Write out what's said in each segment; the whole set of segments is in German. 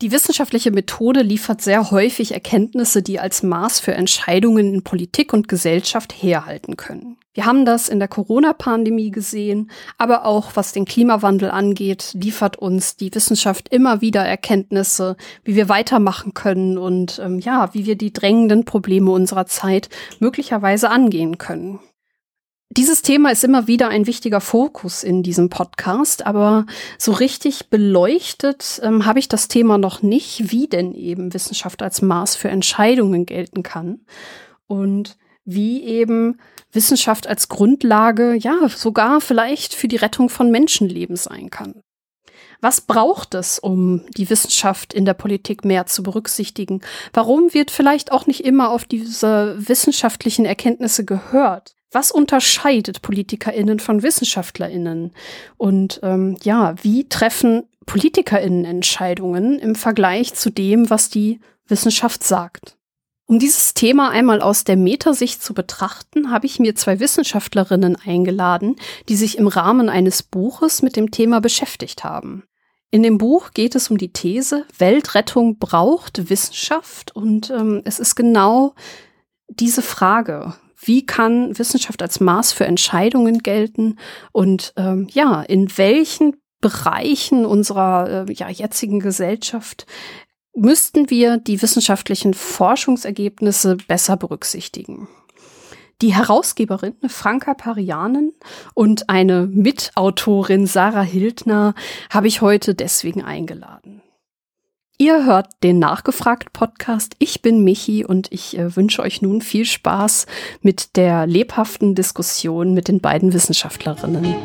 Die wissenschaftliche Methode liefert sehr häufig Erkenntnisse, die als Maß für Entscheidungen in Politik und Gesellschaft herhalten können. Wir haben das in der Corona-Pandemie gesehen, aber auch was den Klimawandel angeht, liefert uns die Wissenschaft immer wieder Erkenntnisse, wie wir weitermachen können und wie wir die drängenden Probleme unserer Zeit möglicherweise angehen können. Dieses Thema ist immer wieder ein wichtiger Fokus in diesem Podcast, aber so richtig beleuchtet habe ich das Thema noch nicht, wie denn eben Wissenschaft als Maß für Entscheidungen gelten kann und wie eben Wissenschaft als Grundlage, sogar vielleicht für die Rettung von Menschenleben sein kann. Was braucht es, um die Wissenschaft in der Politik mehr zu berücksichtigen? Warum wird vielleicht auch nicht immer auf diese wissenschaftlichen Erkenntnisse gehört? Was unterscheidet PolitikerInnen von WissenschaftlerInnen? Und wie treffen PolitikerInnen Entscheidungen im Vergleich zu dem, was die Wissenschaft sagt? Um dieses Thema einmal aus der Metasicht zu betrachten, habe ich mir 2 Wissenschaftlerinnen eingeladen, die sich im Rahmen eines Buches mit dem Thema beschäftigt haben. In dem Buch geht es um die These, Weltrettung braucht Wissenschaft und es ist genau diese Frage: Wie kann Wissenschaft als Maß für Entscheidungen gelten und in welchen Bereichen unserer jetzigen Gesellschaft müssten wir die wissenschaftlichen Forschungsergebnisse besser berücksichtigen? Die Herausgeberin Franka Parianen und eine Mitautorin Sarah Hildner habe ich heute deswegen eingeladen. Ihr hört den Nachgefragt-Podcast. Ich bin Michi und ich wünsche euch nun viel Spaß mit der lebhaften Diskussion mit den beiden Wissenschaftlerinnen.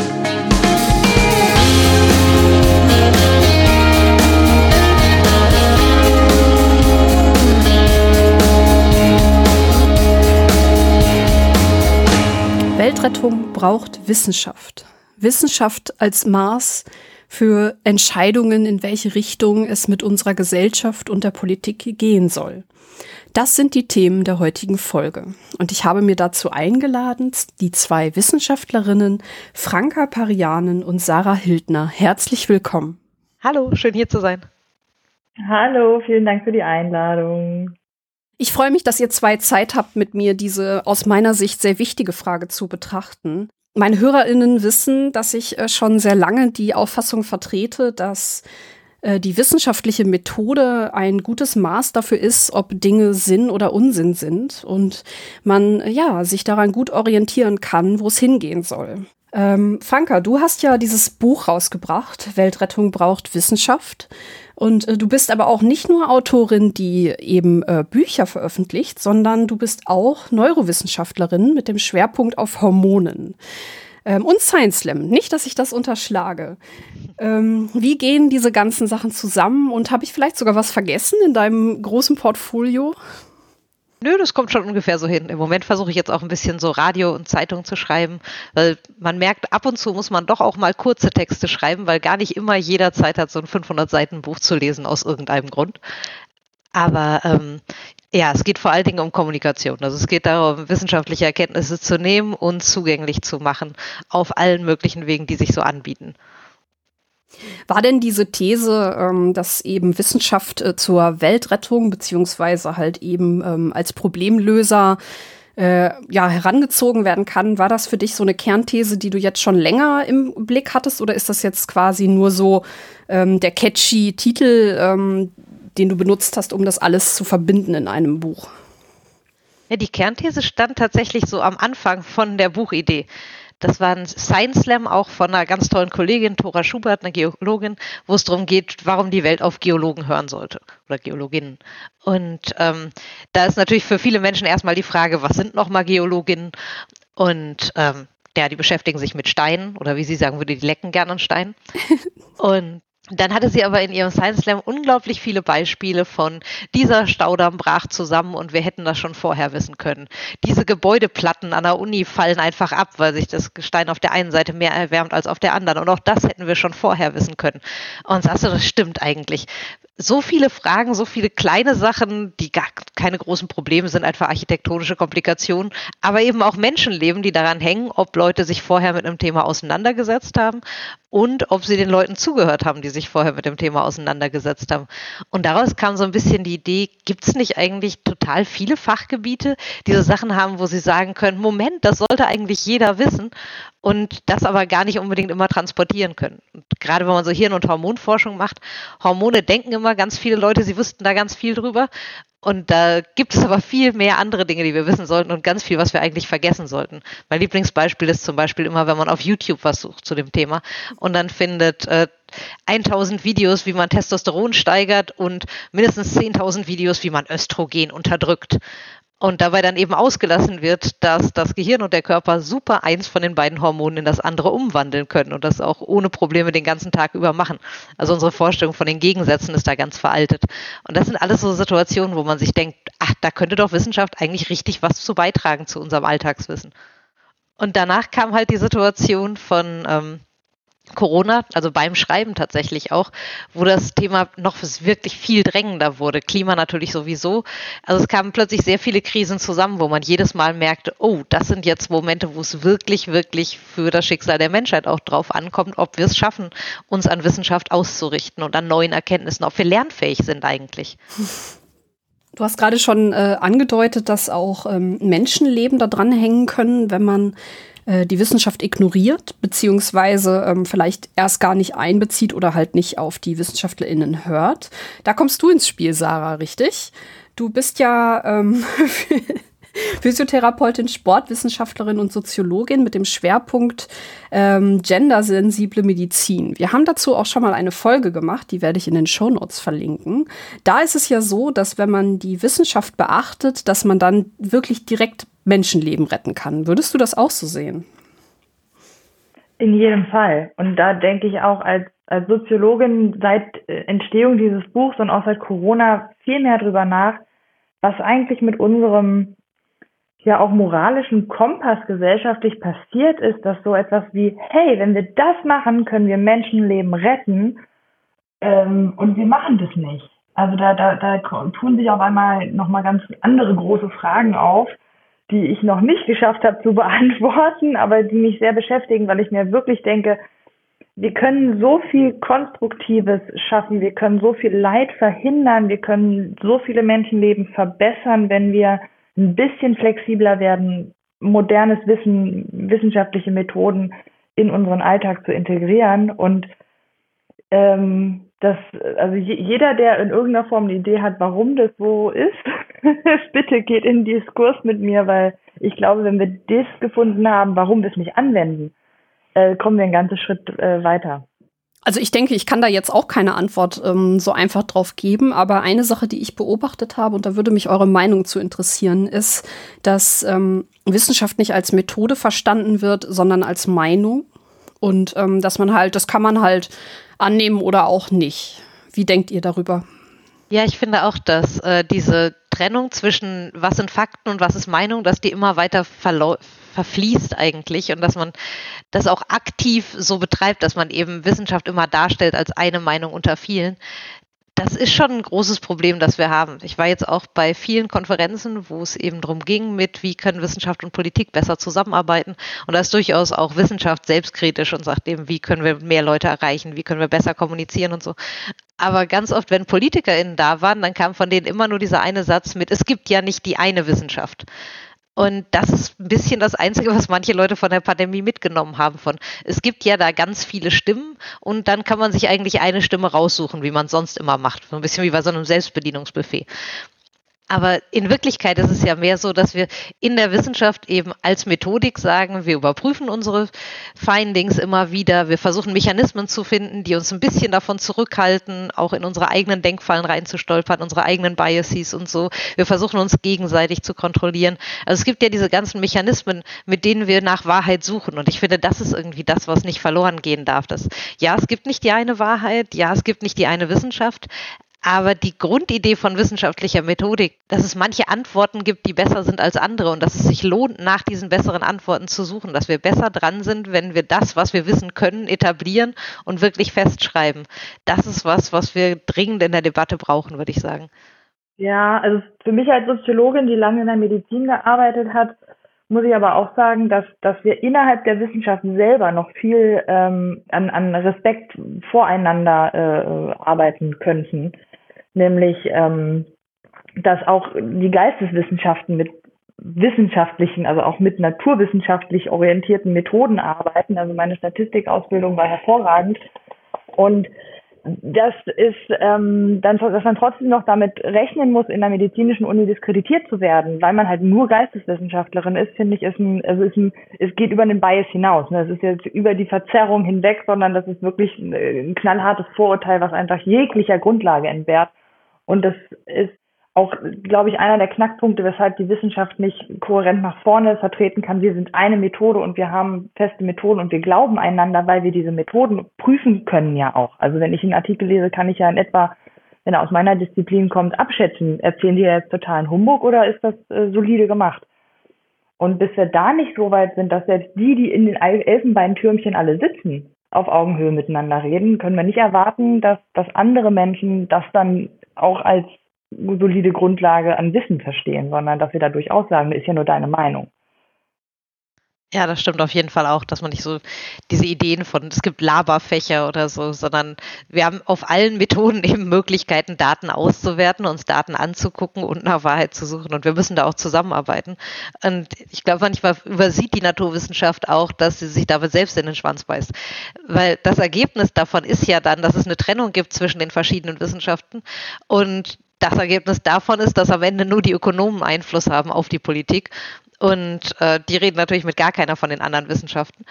Weltrettung braucht Wissenschaft. Wissenschaft als Maß für Entscheidungen, in welche Richtung es mit unserer Gesellschaft und der Politik gehen soll. Das sind die Themen der heutigen Folge. Und ich habe mir dazu eingeladen, die 2 Wissenschaftlerinnen Franka Parianen und Sarah Hildner. Herzlich willkommen. Hallo, schön hier zu sein. Hallo, vielen Dank für die Einladung. Ich freue mich, dass ihr 2 Zeit habt, mit mir diese aus meiner Sicht sehr wichtige Frage zu betrachten. Meine HörerInnen wissen, dass ich schon sehr lange die Auffassung vertrete, dass die wissenschaftliche Methode ein gutes Maß dafür ist, ob Dinge Sinn oder Unsinn sind und man sich daran gut orientieren kann, wo es hingehen soll. Franka, du hast ja dieses Buch rausgebracht, Weltrettung braucht Wissenschaft. Und du bist aber auch nicht nur Autorin, die eben Bücher veröffentlicht, sondern du bist auch Neurowissenschaftlerin mit dem Schwerpunkt auf Hormonen. Und Science Slam, nicht, dass ich das unterschlage. Wie gehen diese ganzen Sachen zusammen und habe ich vielleicht sogar was vergessen in deinem großen Portfolio? Nö, das kommt schon ungefähr so hin. Im Moment versuche ich jetzt auch ein bisschen so Radio und Zeitung zu schreiben, weil man merkt, ab und zu muss man doch auch mal kurze Texte schreiben, weil gar nicht immer jeder Zeit hat, so ein 500-Seiten-Buch zu lesen aus irgendeinem Grund. Aber es geht vor allen Dingen um Kommunikation. Also es geht darum, wissenschaftliche Erkenntnisse zu nehmen und zugänglich zu machen auf allen möglichen Wegen, die sich so anbieten. War denn diese These, dass eben Wissenschaft zur Weltrettung beziehungsweise halt eben als Problemlöser herangezogen werden kann, war das für dich so eine Kernthese, die du jetzt schon länger im Blick hattest, oder ist das jetzt quasi nur so der catchy Titel, den du benutzt hast, um das alles zu verbinden in einem Buch? Ja, die Kernthese stand tatsächlich so am Anfang von der Buchidee. Das war ein Science Slam auch von einer ganz tollen Kollegin, Thora Schubert, einer Geologin, wo es darum geht, warum die Welt auf Geologen hören sollte oder Geologinnen. Und da ist natürlich für viele Menschen erstmal die Frage, was sind nochmal Geologinnen? Und die beschäftigen sich mit Steinen oder wie sie sagen würde, die lecken gerne an Steinen. Und dann hatte sie aber in ihrem Science Slam unglaublich viele Beispiele von dieser Staudamm brach zusammen und wir hätten das schon vorher wissen können. Diese Gebäudeplatten an der Uni fallen einfach ab, weil sich das Gestein auf der einen Seite mehr erwärmt als auf der anderen. Und auch das hätten wir schon vorher wissen können. Und sagst du, das stimmt eigentlich. So viele Fragen, so viele kleine Sachen, die gar keine großen Probleme sind, einfach architektonische Komplikationen, aber eben auch Menschenleben, die daran hängen, ob Leute sich vorher mit einem Thema auseinandergesetzt haben und ob sie den Leuten zugehört haben, die sich vorher mit dem Thema auseinandergesetzt haben. Und daraus kam so ein bisschen die Idee, gibt es nicht eigentlich total viele Fachgebiete, die so Sachen haben, wo sie sagen können, Moment, das sollte eigentlich jeder wissen und das aber gar nicht unbedingt immer transportieren können. Und gerade wenn man so Hirn- und Hormonforschung macht, Hormone denken immer ganz viele Leute, sie wüssten da ganz viel drüber. Und da gibt es aber viel mehr andere Dinge, die wir wissen sollten und ganz viel, was wir eigentlich vergessen sollten. Mein Lieblingsbeispiel ist zum Beispiel immer, wenn man auf YouTube was sucht zu dem Thema und dann findet 1000 Videos, wie man Testosteron steigert und mindestens 10.000 Videos, wie man Östrogen unterdrückt. Und dabei dann eben ausgelassen wird, dass das Gehirn und der Körper super eins von den beiden Hormonen in das andere umwandeln können und das auch ohne Probleme den ganzen Tag über machen. Also unsere Vorstellung von den Gegensätzen ist da ganz veraltet. Und das sind alles so Situationen, wo man sich denkt, ach, da könnte doch Wissenschaft eigentlich richtig was zu beitragen zu unserem Alltagswissen. Und danach kam halt die Situation von Corona, also beim Schreiben tatsächlich auch, wo das Thema noch wirklich viel drängender wurde. Klima natürlich sowieso. Also es kamen plötzlich sehr viele Krisen zusammen, wo man jedes Mal merkte, oh, das sind jetzt Momente, wo es wirklich, wirklich für das Schicksal der Menschheit auch drauf ankommt, ob wir es schaffen, uns an Wissenschaft auszurichten und an neuen Erkenntnissen, ob wir lernfähig sind eigentlich. Du hast gerade schon angedeutet, dass auch Menschenleben da dran hängen können, wenn man die Wissenschaft ignoriert, beziehungsweise vielleicht erst gar nicht einbezieht oder halt nicht auf die WissenschaftlerInnen hört. Da kommst du ins Spiel, Sarah, richtig? Du bist ja Physiotherapeutin, Sportwissenschaftlerin und Soziologin mit dem Schwerpunkt gendersensible Medizin. Wir haben dazu auch schon mal eine Folge gemacht, die werde ich in den Shownotes verlinken. Da ist es ja so, dass wenn man die Wissenschaft beachtet, dass man dann wirklich direkt Menschenleben retten kann. Würdest du das auch so sehen? In jedem Fall. Und da denke ich auch als Soziologin seit Entstehung dieses Buchs und auch seit Corona viel mehr drüber nach, was eigentlich mit unserem ja auch moralischen Kompass gesellschaftlich passiert ist, dass so etwas wie, hey, wenn wir das machen, können wir Menschenleben retten und wir machen das nicht. Also da tun sich auf einmal nochmal ganz andere große Fragen auf, die ich noch nicht geschafft habe zu beantworten, aber die mich sehr beschäftigen, weil ich mir wirklich denke, wir können so viel Konstruktives schaffen, wir können so viel Leid verhindern, wir können so viele Menschenleben verbessern, wenn wir ein bisschen flexibler werden, modernes Wissen, wissenschaftliche Methoden in unseren Alltag zu integrieren. Und jeder, der in irgendeiner Form eine Idee hat, warum das so ist, bitte geht in den Diskurs mit mir, weil ich glaube, wenn wir das gefunden haben, warum wir es nicht anwenden, kommen wir einen ganzen Schritt weiter. Also ich denke, ich kann da jetzt auch keine Antwort so einfach drauf geben, aber eine Sache, die ich beobachtet habe, und da würde mich eure Meinung zu interessieren, ist, dass Wissenschaft nicht als Methode verstanden wird, sondern als Meinung und dass man halt, das kann man halt annehmen oder auch nicht. Wie denkt ihr darüber? Ja, ich finde auch, dass diese Trennung zwischen was sind Fakten und was ist Meinung, dass die immer weiter verfließt eigentlich und dass man das auch aktiv so betreibt, dass man eben Wissenschaft immer darstellt als eine Meinung unter vielen. Das ist schon ein großes Problem, das wir haben. Ich war jetzt auch bei vielen Konferenzen, wo es eben darum ging, wie können Wissenschaft und Politik besser zusammenarbeiten. Und da ist durchaus auch Wissenschaft selbstkritisch und sagt eben, wie können wir mehr Leute erreichen, wie können wir besser kommunizieren und so. Aber ganz oft, wenn PolitikerInnen da waren, dann kam von denen immer nur dieser eine Satz mit, es gibt ja nicht die eine Wissenschaft. Und das ist ein bisschen das Einzige, was manche Leute von der Pandemie mitgenommen haben von, es gibt ja da ganz viele Stimmen und dann kann man sich eigentlich eine Stimme raussuchen, wie man es sonst immer macht. So ein bisschen wie bei so einem Selbstbedienungsbuffet. Aber in Wirklichkeit ist es ja mehr so, dass wir in der Wissenschaft eben als Methodik sagen, wir überprüfen unsere Findings immer wieder, wir versuchen Mechanismen zu finden, die uns ein bisschen davon zurückhalten, auch in unsere eigenen Denkfallen reinzustolpern, unsere eigenen Biases und so. Wir versuchen uns gegenseitig zu kontrollieren. Also es gibt ja diese ganzen Mechanismen, mit denen wir nach Wahrheit suchen und ich finde, das ist irgendwie das, was nicht verloren gehen darf. Ja, es gibt nicht die eine Wahrheit, ja, es gibt nicht die eine Wissenschaft, aber die Grundidee von wissenschaftlicher Methodik, dass es manche Antworten gibt, die besser sind als andere und dass es sich lohnt, nach diesen besseren Antworten zu suchen, dass wir besser dran sind, wenn wir das, was wir wissen können, etablieren und wirklich festschreiben. Das ist was wir dringend in der Debatte brauchen, würde ich sagen. Ja, also für mich als Soziologin, die lange in der Medizin gearbeitet hat, muss ich aber auch sagen, dass wir innerhalb der Wissenschaft selber noch viel an Respekt voreinander arbeiten könnten. Nämlich, dass auch die Geisteswissenschaften mit wissenschaftlichen, also auch mit naturwissenschaftlich orientierten Methoden arbeiten. Also meine Statistikausbildung war hervorragend. Und das ist dann, dass man trotzdem noch damit rechnen muss, in der medizinischen Uni diskreditiert zu werden, weil man halt nur Geisteswissenschaftlerin ist, finde ich, es geht über den Bias hinaus. Ne? Es ist jetzt über die Verzerrung hinweg, sondern das ist wirklich ein knallhartes Vorurteil, was einfach jeglicher Grundlage entbehrt. Und das ist auch, glaube ich, einer der Knackpunkte, weshalb die Wissenschaft nicht kohärent nach vorne vertreten kann. Wir sind eine Methode und wir haben feste Methoden und wir glauben einander, weil wir diese Methoden prüfen können ja auch. Also wenn ich einen Artikel lese, kann ich ja in etwa, wenn er aus meiner Disziplin kommt, abschätzen. Erzählen die jetzt totalen Humbug oder ist das solide gemacht? Und bis wir da nicht so weit sind, dass selbst die in den Elfenbeintürmchen alle sitzen, auf Augenhöhe miteinander reden, können wir nicht erwarten, dass andere Menschen das dann auch als solide Grundlage an Wissen verstehen, sondern dass wir da durchaus sagen, das ist ja nur deine Meinung. Ja, das stimmt auf jeden Fall auch, dass man nicht so diese Ideen von, es gibt Laberfächer oder so, sondern wir haben auf allen Methoden eben Möglichkeiten, Daten auszuwerten, uns Daten anzugucken und nach Wahrheit zu suchen. Und wir müssen da auch zusammenarbeiten. Und ich glaube, manchmal übersieht die Naturwissenschaft auch, dass sie sich damit selbst in den Schwanz beißt. Weil das Ergebnis davon ist ja dann, dass es eine Trennung gibt zwischen den verschiedenen Wissenschaften. Und das Ergebnis davon ist, dass am Ende nur die Ökonomen Einfluss haben auf die Politik und die reden natürlich mit gar keiner von den anderen Wissenschaften.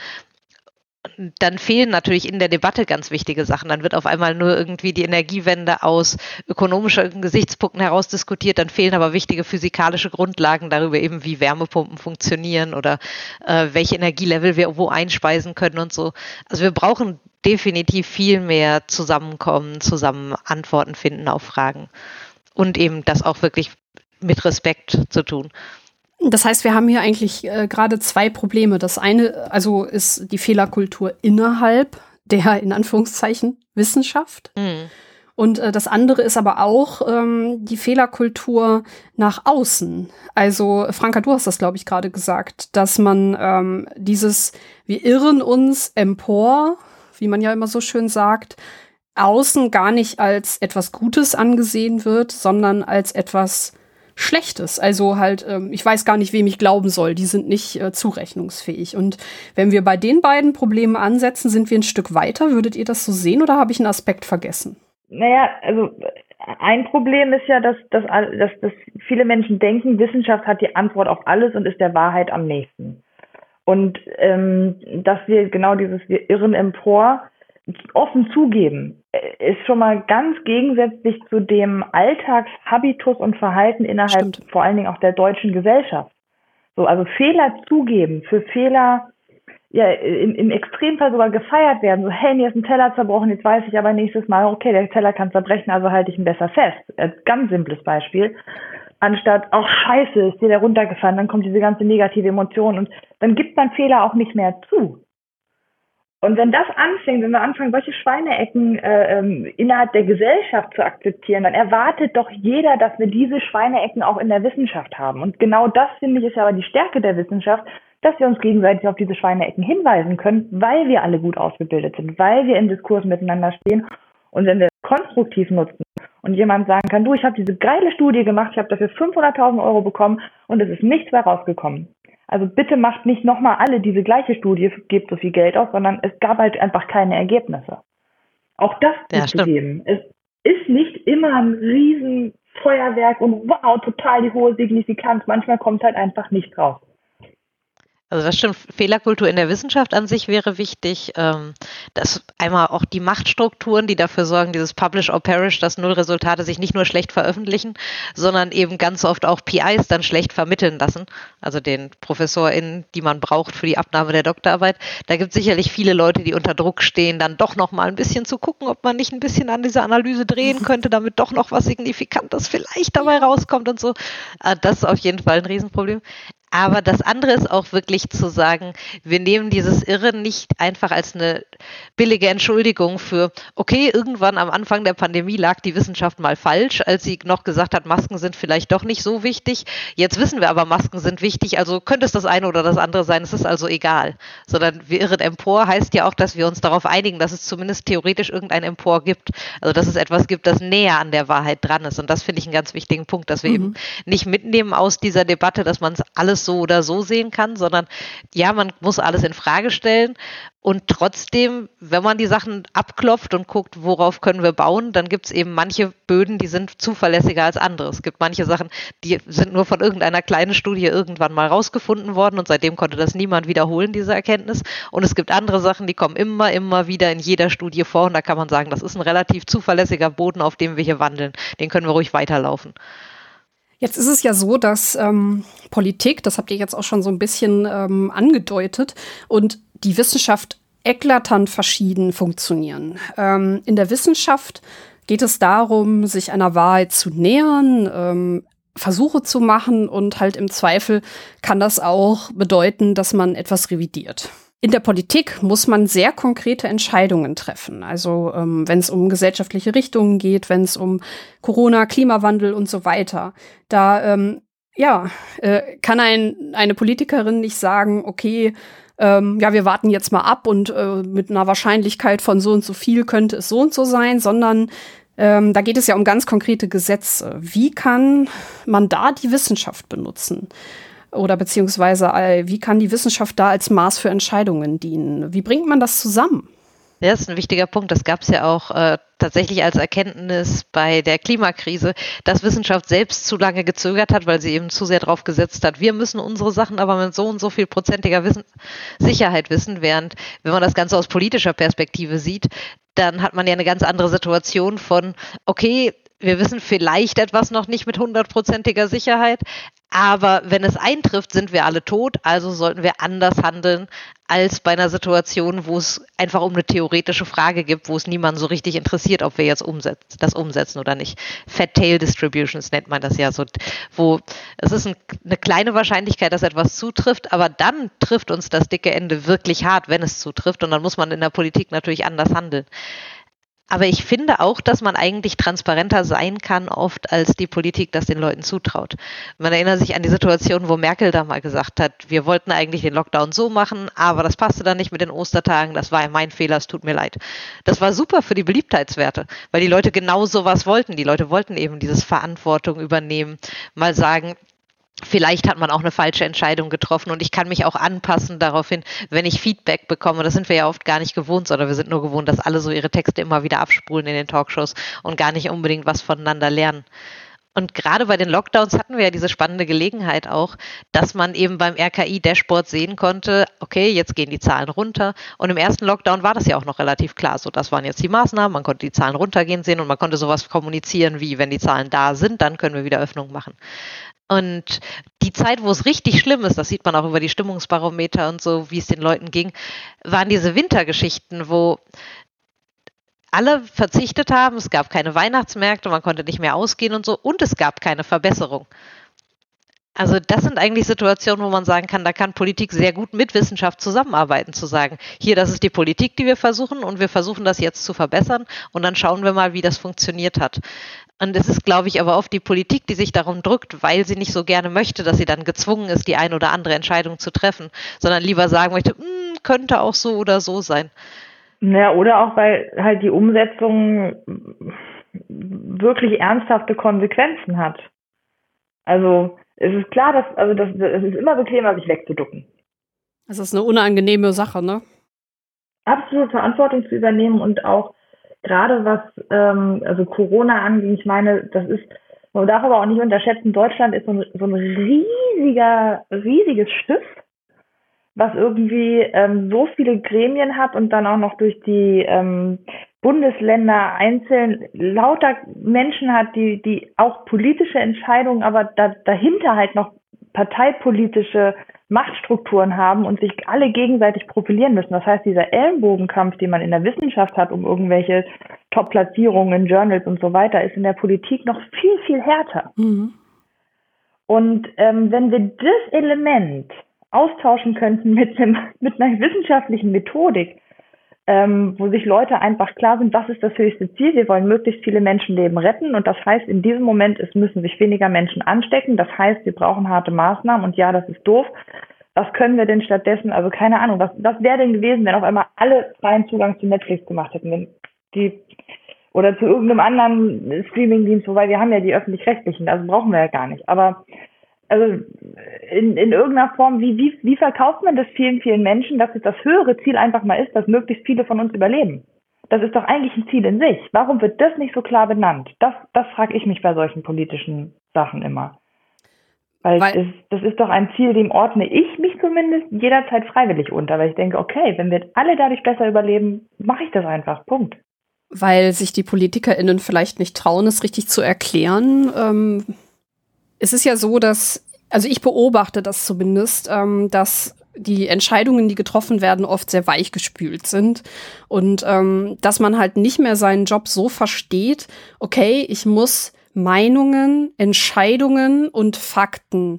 Dann fehlen natürlich in der Debatte ganz wichtige Sachen. Dann wird auf einmal nur irgendwie die Energiewende aus ökonomischen Gesichtspunkten heraus diskutiert. Dann fehlen aber wichtige physikalische Grundlagen darüber eben, wie Wärmepumpen funktionieren oder welche Energielevel wir wo einspeisen können und so. Also wir brauchen definitiv viel mehr Zusammenkommen, zusammen Antworten finden auf Fragen. Und eben das auch wirklich mit Respekt zu tun. Das heißt, wir haben hier eigentlich gerade zwei Probleme. Das eine also ist die Fehlerkultur innerhalb der, in Anführungszeichen, Wissenschaft. Mhm. Und das andere ist aber auch die Fehlerkultur nach außen. Also Franka, du hast das, glaube ich, gerade gesagt, dass man wir irren uns empor, wie man ja immer so schön sagt, außen gar nicht als etwas Gutes angesehen wird, sondern als etwas Schlechtes. Also halt, ich weiß gar nicht, wem ich glauben soll. Die sind nicht zurechnungsfähig. Und wenn wir bei den beiden Problemen ansetzen, sind wir ein Stück weiter. Würdet ihr das so sehen oder habe ich einen Aspekt vergessen? Naja, also ein Problem ist ja, dass viele Menschen denken, Wissenschaft hat die Antwort auf alles und ist der Wahrheit am nächsten. Und dass wir genau wir irren empor offen zugeben, ist schon mal ganz gegensätzlich zu dem Alltagshabitus und Verhalten innerhalb vor allen Dingen auch der deutschen Gesellschaft. So, also Fehler zugeben, für Fehler ja im Extremfall sogar gefeiert werden. So, hey, mir ist ein Teller zerbrochen, jetzt weiß ich aber nächstes Mal, okay, der Teller kann zerbrechen, also halte ich ihn besser fest. Ganz simples Beispiel. Anstatt, ach scheiße, ist dir der runtergefallen, dann kommt diese ganze negative Emotion und dann gibt man Fehler auch nicht mehr zu. Und wenn das anfängt, wenn wir anfangen, solche Schweineecken innerhalb der Gesellschaft zu akzeptieren, dann erwartet doch jeder, dass wir diese Schweineecken auch in der Wissenschaft haben. Und genau das, finde ich, ist aber die Stärke der Wissenschaft, dass wir uns gegenseitig auf diese Schweineecken hinweisen können, weil wir alle gut ausgebildet sind, weil wir im Diskurs miteinander stehen. Und wenn wir es konstruktiv nutzen und jemand sagen kann, du, ich habe diese geile Studie gemacht, ich habe dafür 500.000 € bekommen und es ist nichts mehr rausgekommen. Also bitte macht nicht nochmal alle diese gleiche Studie, gebt so viel Geld aus, sondern es gab halt einfach keine Ergebnisse. Auch das zu geben. Es ist nicht immer ein Riesenfeuerwerk und wow, total die hohe Signifikanz. Manchmal kommt halt einfach nichts raus. Also das stimmt, Fehlerkultur in der Wissenschaft an sich wäre wichtig, dass einmal auch die Machtstrukturen, die dafür sorgen, dieses Publish or Perish, dass Nullresultate sich nicht nur schlecht veröffentlichen, sondern eben ganz oft auch PIs dann schlecht vermitteln lassen, also den ProfessorInnen, die man braucht für die Abnahme der Doktorarbeit. Da gibt es sicherlich viele Leute, die unter Druck stehen, dann doch noch mal ein bisschen zu gucken, ob man nicht ein bisschen an dieser Analyse drehen könnte, damit doch noch was Signifikantes vielleicht dabei rauskommt und so. Das ist auf jeden Fall ein Riesenproblem. Aber das andere ist auch wirklich zu sagen, wir nehmen dieses Irren nicht einfach als eine billige Entschuldigung für, okay, irgendwann am Anfang der Pandemie lag die Wissenschaft mal falsch, als sie noch gesagt hat, Masken sind vielleicht doch nicht so wichtig. Jetzt wissen wir aber, Masken sind wichtig, also könnte es das eine oder das andere sein, es ist also egal. Sondern wir irren empor heißt ja auch, dass wir uns darauf einigen, dass es zumindest theoretisch irgendein Empor gibt. Also dass es etwas gibt, das näher an der Wahrheit dran ist. Und das finde ich einen ganz wichtigen Punkt, dass wir eben nicht mitnehmen aus dieser Debatte, dass man es alles so oder so sehen kann, sondern ja, man muss alles in Frage stellen und trotzdem, wenn man die Sachen abklopft und guckt, worauf können wir bauen, dann gibt es eben manche Böden, die sind zuverlässiger als andere. Es gibt manche Sachen, die sind nur von irgendeiner kleinen Studie irgendwann mal rausgefunden worden und seitdem konnte das niemand wiederholen, diese Erkenntnis. Und es gibt andere Sachen, die kommen immer wieder in jeder Studie vor und da kann man sagen, das ist ein relativ zuverlässiger Boden, auf dem wir hier wandeln. Den können wir ruhig weiterlaufen. Jetzt ist es ja so, dass Politik, das habt ihr jetzt auch schon so ein bisschen angedeutet, und die Wissenschaft eklatant verschieden funktionieren. In der Wissenschaft geht es darum, sich einer Wahrheit zu nähern, Versuche zu machen und halt im Zweifel kann das auch bedeuten, dass man etwas revidiert. In der Politik muss man sehr konkrete Entscheidungen treffen. Also wenn es um gesellschaftliche Richtungen geht, wenn es um Corona, Klimawandel und so weiter. Da kann eine Politikerin nicht sagen, okay, wir warten jetzt mal ab und mit einer Wahrscheinlichkeit von so und so viel könnte es so und so sein, sondern da geht es ja um ganz konkrete Gesetze. Wie kann man da die Wissenschaft benutzen? Oder beziehungsweise, wie kann die Wissenschaft da als Maß für Entscheidungen dienen? Wie bringt man das zusammen? Ja, das ist ein wichtiger Punkt. Das gab es ja auch tatsächlich als Erkenntnis bei der Klimakrise, dass Wissenschaft selbst zu lange gezögert hat, weil sie eben zu sehr drauf gesetzt hat, wir müssen unsere Sachen aber mit so und so viel prozentiger Sicherheit wissen, während, wenn man das Ganze aus politischer Perspektive sieht, dann hat man ja eine ganz andere Situation von, okay, wir wissen vielleicht etwas noch nicht mit 100%iger Sicherheit, aber wenn es eintrifft, sind wir alle tot, also sollten wir anders handeln als bei einer Situation, wo es einfach um eine theoretische Frage gibt, wo es niemanden so richtig interessiert, ob wir jetzt das umsetzen oder nicht. Fat-Tail-Distributions nennt man das ja so, wo es ist eine kleine Wahrscheinlichkeit, dass etwas zutrifft, aber dann trifft uns das dicke Ende wirklich hart, wenn es zutrifft und dann muss man in der Politik natürlich anders handeln. Aber ich finde auch, dass man eigentlich transparenter sein kann oft, als die Politik das den Leuten zutraut. Man erinnert sich an die Situation, wo Merkel da mal gesagt hat, wir wollten eigentlich den Lockdown so machen, aber das passte dann nicht mit den Ostertagen, das war mein Fehler, es tut mir leid. Das war super für die Beliebtheitswerte, weil die Leute genau sowas wollten. Die Leute wollten eben dieses Verantwortung übernehmen, mal sagen, vielleicht hat man auch eine falsche Entscheidung getroffen und ich kann mich auch anpassen daraufhin, wenn ich Feedback bekomme. Das sind wir ja oft gar nicht gewohnt, sondern wir sind nur gewohnt, dass alle so ihre Texte immer wieder abspulen in den Talkshows und gar nicht unbedingt was voneinander lernen. Und gerade bei den Lockdowns hatten wir ja diese spannende Gelegenheit auch, dass man eben beim RKI-Dashboard sehen konnte, okay, jetzt gehen die Zahlen runter. Und im ersten Lockdown war das ja auch noch relativ klar. So, das waren jetzt die Maßnahmen, man konnte die Zahlen runtergehen sehen und man konnte sowas kommunizieren wie, wenn die Zahlen da sind, dann können wir wieder Öffnung machen. Und die Zeit, wo es richtig schlimm ist, das sieht man auch über die Stimmungsbarometer und so, wie es den Leuten ging, waren diese Wintergeschichten, wo alle verzichtet haben, es gab keine Weihnachtsmärkte, man konnte nicht mehr ausgehen und so und es gab keine Verbesserung. Also das sind eigentlich Situationen, wo man sagen kann, da kann Politik sehr gut mit Wissenschaft zusammenarbeiten, zu sagen, hier, das ist die Politik, die wir versuchen und wir versuchen das jetzt zu verbessern und dann schauen wir mal, wie das funktioniert hat. Und es ist, glaube ich, aber oft die Politik, die sich darum drückt, weil sie nicht so gerne möchte, dass sie dann gezwungen ist, die ein oder andere Entscheidung zu treffen, sondern lieber sagen möchte, könnte auch so oder so sein. Ja, oder auch, weil halt die Umsetzung wirklich ernsthafte Konsequenzen hat. Also es ist klar, dass es ist immer bequemer, sich wegzuducken. Das ist eine unangenehme Sache, ne? Absolut Verantwortung zu übernehmen und auch gerade was Corona angeht, ich meine, man darf aber auch nicht unterschätzen, Deutschland ist so ein riesiges Schiff, was irgendwie so viele Gremien hat und dann auch noch durch die Bundesländer einzeln lauter Menschen hat, die auch politische Entscheidungen, aber dahinter halt noch parteipolitische Machtstrukturen haben und sich alle gegenseitig profilieren müssen. Das heißt, dieser Ellenbogenkampf, den man in der Wissenschaft hat, um irgendwelche Top-Platzierungen in Journals und so weiter, ist in der Politik noch viel, viel härter. Mhm. Und wenn wir das Element austauschen könnten mit einer wissenschaftlichen Methodik, wo sich Leute einfach klar sind, was ist das höchste Ziel? Wir wollen möglichst viele Menschenleben retten und das heißt, in diesem Moment müssen sich weniger Menschen anstecken. Das heißt, wir brauchen harte Maßnahmen und ja, das ist doof. Was können wir denn stattdessen? Also keine Ahnung, was wäre denn gewesen, wenn auf einmal alle freien Zugang zu Netflix gemacht hätten? Oder zu irgendeinem anderen Streamingdienst, wobei wir haben ja die öffentlich-rechtlichen, also brauchen wir ja gar nicht. Aber also in irgendeiner Form, wie verkauft man das vielen, vielen Menschen, dass es das höhere Ziel einfach mal ist, dass möglichst viele von uns überleben? Das ist doch eigentlich ein Ziel in sich. Warum wird das nicht so klar benannt? Das frage ich mich bei solchen politischen Sachen immer. Weil das ist doch ein Ziel, dem ordne ich mich zumindest jederzeit freiwillig unter. Weil ich denke, okay, wenn wir alle dadurch besser überleben, mache ich das einfach. Punkt. Weil sich die PolitikerInnen vielleicht nicht trauen, es richtig zu erklären. Es ist ja so, also ich beobachte das zumindest, dass die Entscheidungen, die getroffen werden, oft sehr weichgespült sind und dass man halt nicht mehr seinen Job so versteht, okay, ich muss Meinungen, Entscheidungen und Fakten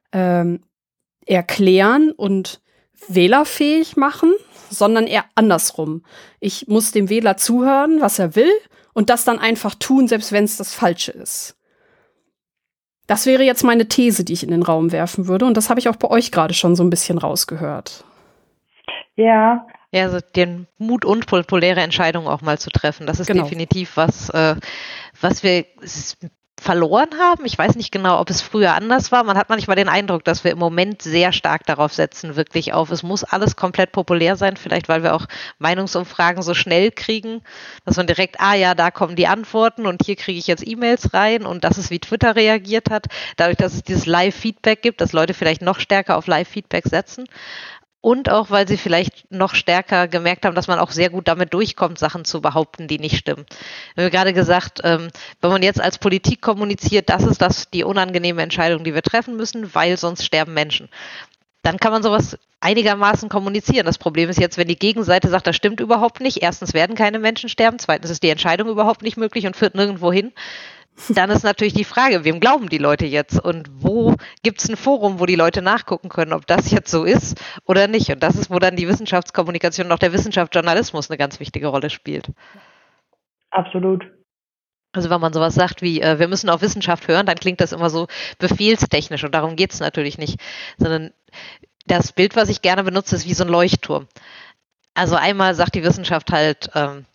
erklären und wählerfähig machen, sondern eher andersrum. Ich muss dem Wähler zuhören, was er will und das dann einfach tun, selbst wenn es das Falsche ist. Das wäre jetzt meine These, die ich in den Raum werfen würde. Und das habe ich auch bei euch gerade schon so ein bisschen rausgehört. Ja. Ja, also den Mut, unpopuläre Entscheidungen auch mal zu treffen. Das ist definitiv was wir verloren haben. Ich weiß nicht genau, ob es früher anders war. Man hat manchmal den Eindruck, dass wir im Moment sehr stark darauf setzen, wirklich auf, es muss alles komplett populär sein, vielleicht weil wir auch Meinungsumfragen so schnell kriegen, dass man direkt, da kommen die Antworten und hier kriege ich jetzt E-Mails rein und das ist, wie Twitter reagiert hat. Dadurch, dass es dieses Live-Feedback gibt, dass Leute vielleicht noch stärker auf Live-Feedback setzen. Und auch, weil sie vielleicht noch stärker gemerkt haben, dass man auch sehr gut damit durchkommt, Sachen zu behaupten, die nicht stimmen. Wir haben gerade gesagt, wenn man jetzt als Politik kommuniziert, das ist die unangenehme Entscheidung, die wir treffen müssen, weil sonst sterben Menschen. Dann kann man sowas einigermaßen kommunizieren. Das Problem ist jetzt, wenn die Gegenseite sagt, das stimmt überhaupt nicht. Erstens werden keine Menschen sterben, zweitens ist die Entscheidung überhaupt nicht möglich und führt nirgendwo hin. Dann ist natürlich die Frage, wem glauben die Leute jetzt und wo gibt es ein Forum, wo die Leute nachgucken können, ob das jetzt so ist oder nicht. Und das ist, wo dann die Wissenschaftskommunikation und auch der Wissenschaftsjournalismus eine ganz wichtige Rolle spielt. Absolut. Also wenn man sowas sagt wie, wir müssen auf Wissenschaft hören, dann klingt das immer so befehlstechnisch und darum geht es natürlich nicht, sondern das Bild, was ich gerne benutze, ist wie so ein Leuchtturm. Also einmal sagt die Wissenschaft halt,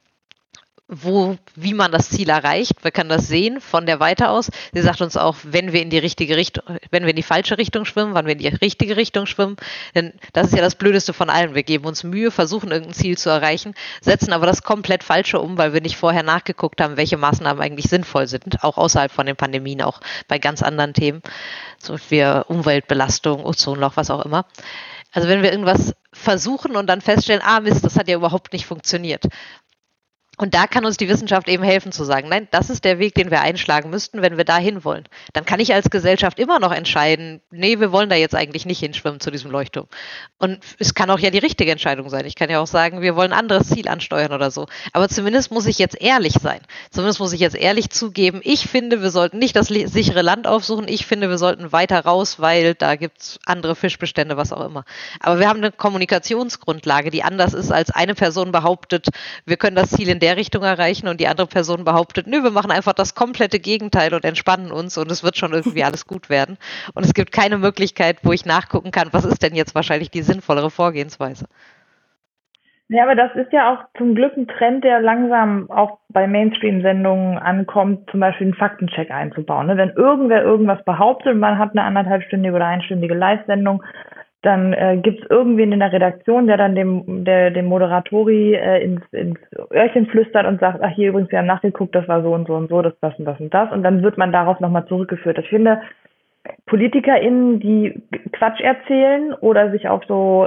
wie man das Ziel erreicht. Wir können das sehen von der Warte aus. Sie sagt uns auch, wenn wir in die falsche Richtung schwimmen, wann wir in die richtige Richtung schwimmen. Denn das ist ja das Blödeste von allem. Wir geben uns Mühe, versuchen irgendein Ziel zu erreichen, setzen aber das komplett Falsche um, weil wir nicht vorher nachgeguckt haben, welche Maßnahmen eigentlich sinnvoll sind, auch außerhalb von den Pandemien, auch bei ganz anderen Themen, so wie Umweltbelastung, Ozonloch, was auch immer. Also wenn wir irgendwas versuchen und dann feststellen, Mist, das hat ja überhaupt nicht funktioniert. Und da kann uns die Wissenschaft eben helfen zu sagen, nein, das ist der Weg, den wir einschlagen müssten, wenn wir da hin wollen. Dann kann ich als Gesellschaft immer noch entscheiden, nee, wir wollen da jetzt eigentlich nicht hinschwimmen zu diesem Leuchtturm. Und es kann auch ja die richtige Entscheidung sein. Ich kann ja auch sagen, wir wollen ein anderes Ziel ansteuern oder so. Aber zumindest muss ich jetzt ehrlich sein. Zumindest muss ich jetzt ehrlich zugeben, ich finde, wir sollten nicht das sichere Land aufsuchen. Ich finde, wir sollten weiter raus, weil da gibt es andere Fischbestände, was auch immer. Aber wir haben eine Kommunikationsgrundlage, die anders ist, als eine Person behauptet, wir können das Ziel in der Richtung erreichen und die andere Person behauptet, nö, wir machen einfach das komplette Gegenteil und entspannen uns und es wird schon irgendwie alles gut werden. Und es gibt keine Möglichkeit, wo ich nachgucken kann, was ist denn jetzt wahrscheinlich die sinnvollere Vorgehensweise. Ja, aber das ist ja auch zum Glück ein Trend, der langsam auch bei Mainstream-Sendungen ankommt, zum Beispiel einen Faktencheck einzubauen. Wenn irgendwer irgendwas behauptet und man hat eine 1,5-stündige oder 1-stündige Live-Sendung, dann gibt's irgendwen in der Redaktion, der dann dem Moderatori ins Öhrchen flüstert und sagt, ach hier übrigens, wir haben nachgeguckt, das war so und so und so, das und das und das. Und dann wird man darauf nochmal zurückgeführt. Ich finde, PolitikerInnen, die Quatsch erzählen oder sich auf so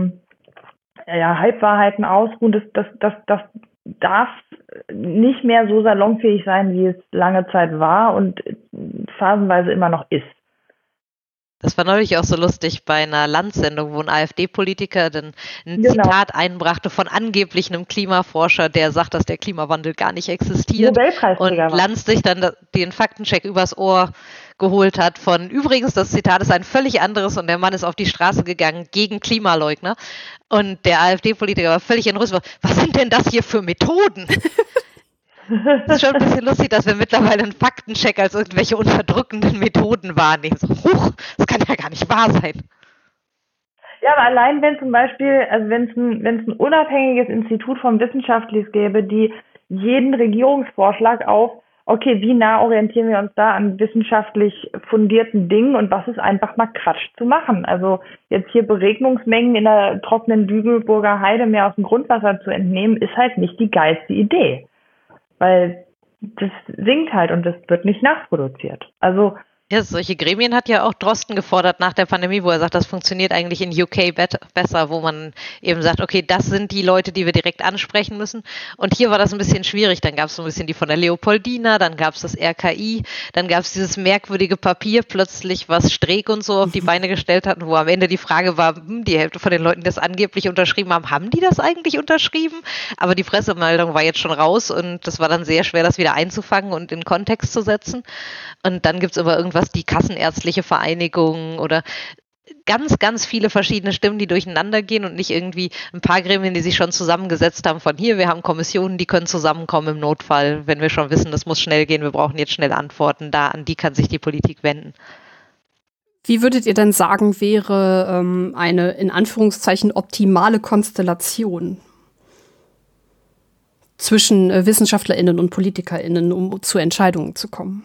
Halbwahrheiten ausruhen, das darf nicht mehr so salonfähig sein, wie es lange Zeit war und phasenweise immer noch ist. Das war neulich auch so lustig bei einer Landsendung, wo ein AfD-Politiker dann ein Zitat einbrachte von angeblich einem Klimaforscher, der sagt, dass der Klimawandel gar nicht existiert. Und Lanz sich dann den Faktencheck übers Ohr geholt hat von, übrigens, das Zitat ist ein völlig anderes und der Mann ist auf die Straße gegangen gegen Klimaleugner und der AfD-Politiker war völlig entrüstet. Was sind denn das hier für Methoden? Es ist schon ein bisschen lustig, dass wir mittlerweile einen Faktencheck als irgendwelche unterdrückenden Methoden wahrnehmen. So, huch, das kann ja gar nicht wahr sein. Ja, aber allein wenn zum Beispiel, also wenn es ein unabhängiges Institut von Wissenschaftliches gäbe, die jeden Regierungsvorschlag auf, okay, wie nah orientieren wir uns da an wissenschaftlich fundierten Dingen und was ist einfach mal Quatsch zu machen. Also jetzt hier Beregnungsmengen in der trockenen Lüneburger Heide mehr aus dem Grundwasser zu entnehmen, ist halt nicht die geilste Idee. Weil das sinkt halt und das wird nicht nachproduziert. Also ja, solche Gremien hat ja auch Drosten gefordert nach der Pandemie, wo er sagt, das funktioniert eigentlich in UK besser, wo man eben sagt, okay, das sind die Leute, die wir direkt ansprechen müssen. Und hier war das ein bisschen schwierig. Dann gab es so ein bisschen die von der Leopoldina, dann gab es das RKI, dann gab es dieses merkwürdige Papier plötzlich, was Streeck und so auf die Beine gestellt hatten, wo am Ende die Frage war, die Hälfte von den Leuten, die das angeblich unterschrieben haben die das eigentlich unterschrieben? Aber die Pressemeldung war jetzt schon raus und das war dann sehr schwer, das wieder einzufangen und in Kontext zu setzen. Und dann gibt es immer irgendwas, die Kassenärztliche Vereinigung oder ganz, ganz viele verschiedene Stimmen, die durcheinander gehen und nicht irgendwie ein paar Gremien, die sich schon zusammengesetzt haben von hier, wir haben Kommissionen, die können zusammenkommen im Notfall, wenn wir schon wissen, das muss schnell gehen, wir brauchen jetzt schnell Antworten, an die kann sich die Politik wenden. Wie würdet ihr denn sagen, wäre eine in Anführungszeichen optimale Konstellation zwischen WissenschaftlerInnen und PolitikerInnen, um zu Entscheidungen zu kommen?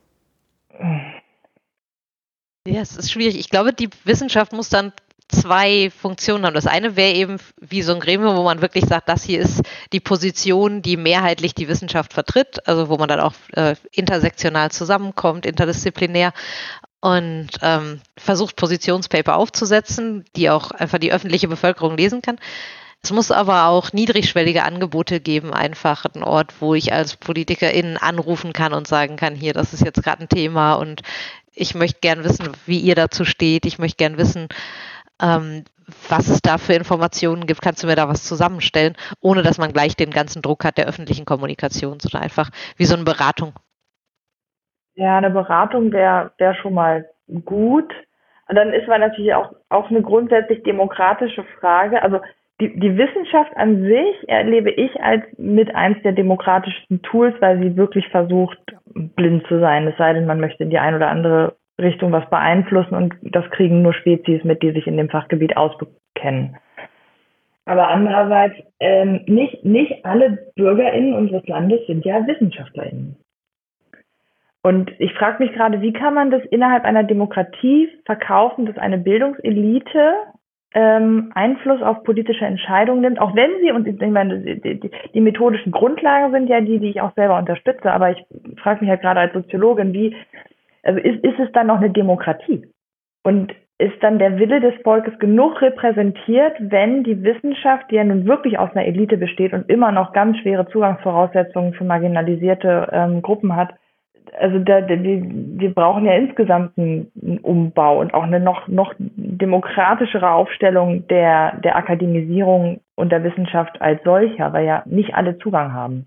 Ja, es ist schwierig. Ich glaube, die Wissenschaft muss dann zwei Funktionen haben. Das eine wäre eben wie so ein Gremium, wo man wirklich sagt, das hier ist die Position, die mehrheitlich die Wissenschaft vertritt, also wo man dann auch intersektional zusammenkommt, interdisziplinär und versucht, Positionspaper aufzusetzen, die auch einfach die öffentliche Bevölkerung lesen kann. Es muss aber auch niedrigschwellige Angebote geben, einfach einen Ort, wo ich als PolitikerInnen anrufen kann und sagen kann, hier, das ist jetzt gerade ein Thema und ich möchte gern wissen, wie ihr dazu steht. Ich möchte gern wissen, was es da für Informationen gibt. Kannst du mir da was zusammenstellen, ohne dass man gleich den ganzen Druck hat der öffentlichen Kommunikation, sondern einfach wie so eine Beratung. Ja, eine Beratung wäre schon mal gut. Und dann ist man natürlich auch eine grundsätzlich demokratische Frage. Also die Wissenschaft an sich erlebe ich als mit eins der demokratischsten Tools, weil sie wirklich versucht, blind zu sein. Es sei denn, man möchte in die eine oder andere Richtung was beeinflussen und das kriegen nur Spezies mit, die sich in dem Fachgebiet auskennen. Aber andererseits, nicht alle BürgerInnen unseres Landes sind ja WissenschaftlerInnen. Und ich frage mich gerade, wie kann man das innerhalb einer Demokratie verkaufen, dass eine Bildungselite Einfluss auf politische Entscheidungen nimmt, auch wenn sie, und ich meine, die methodischen Grundlagen sind ja die ich auch selber unterstütze, aber ich frage mich halt gerade als Soziologin, also ist es dann noch eine Demokratie? Und ist dann der Wille des Volkes genug repräsentiert, wenn die Wissenschaft, die ja nun wirklich aus einer Elite besteht und immer noch ganz schwere Zugangsvoraussetzungen für marginalisierte Gruppen hat, also wir brauchen ja insgesamt einen Umbau und auch eine noch demokratischere Aufstellung der Akademisierung und der Wissenschaft als solcher, weil ja nicht alle Zugang haben.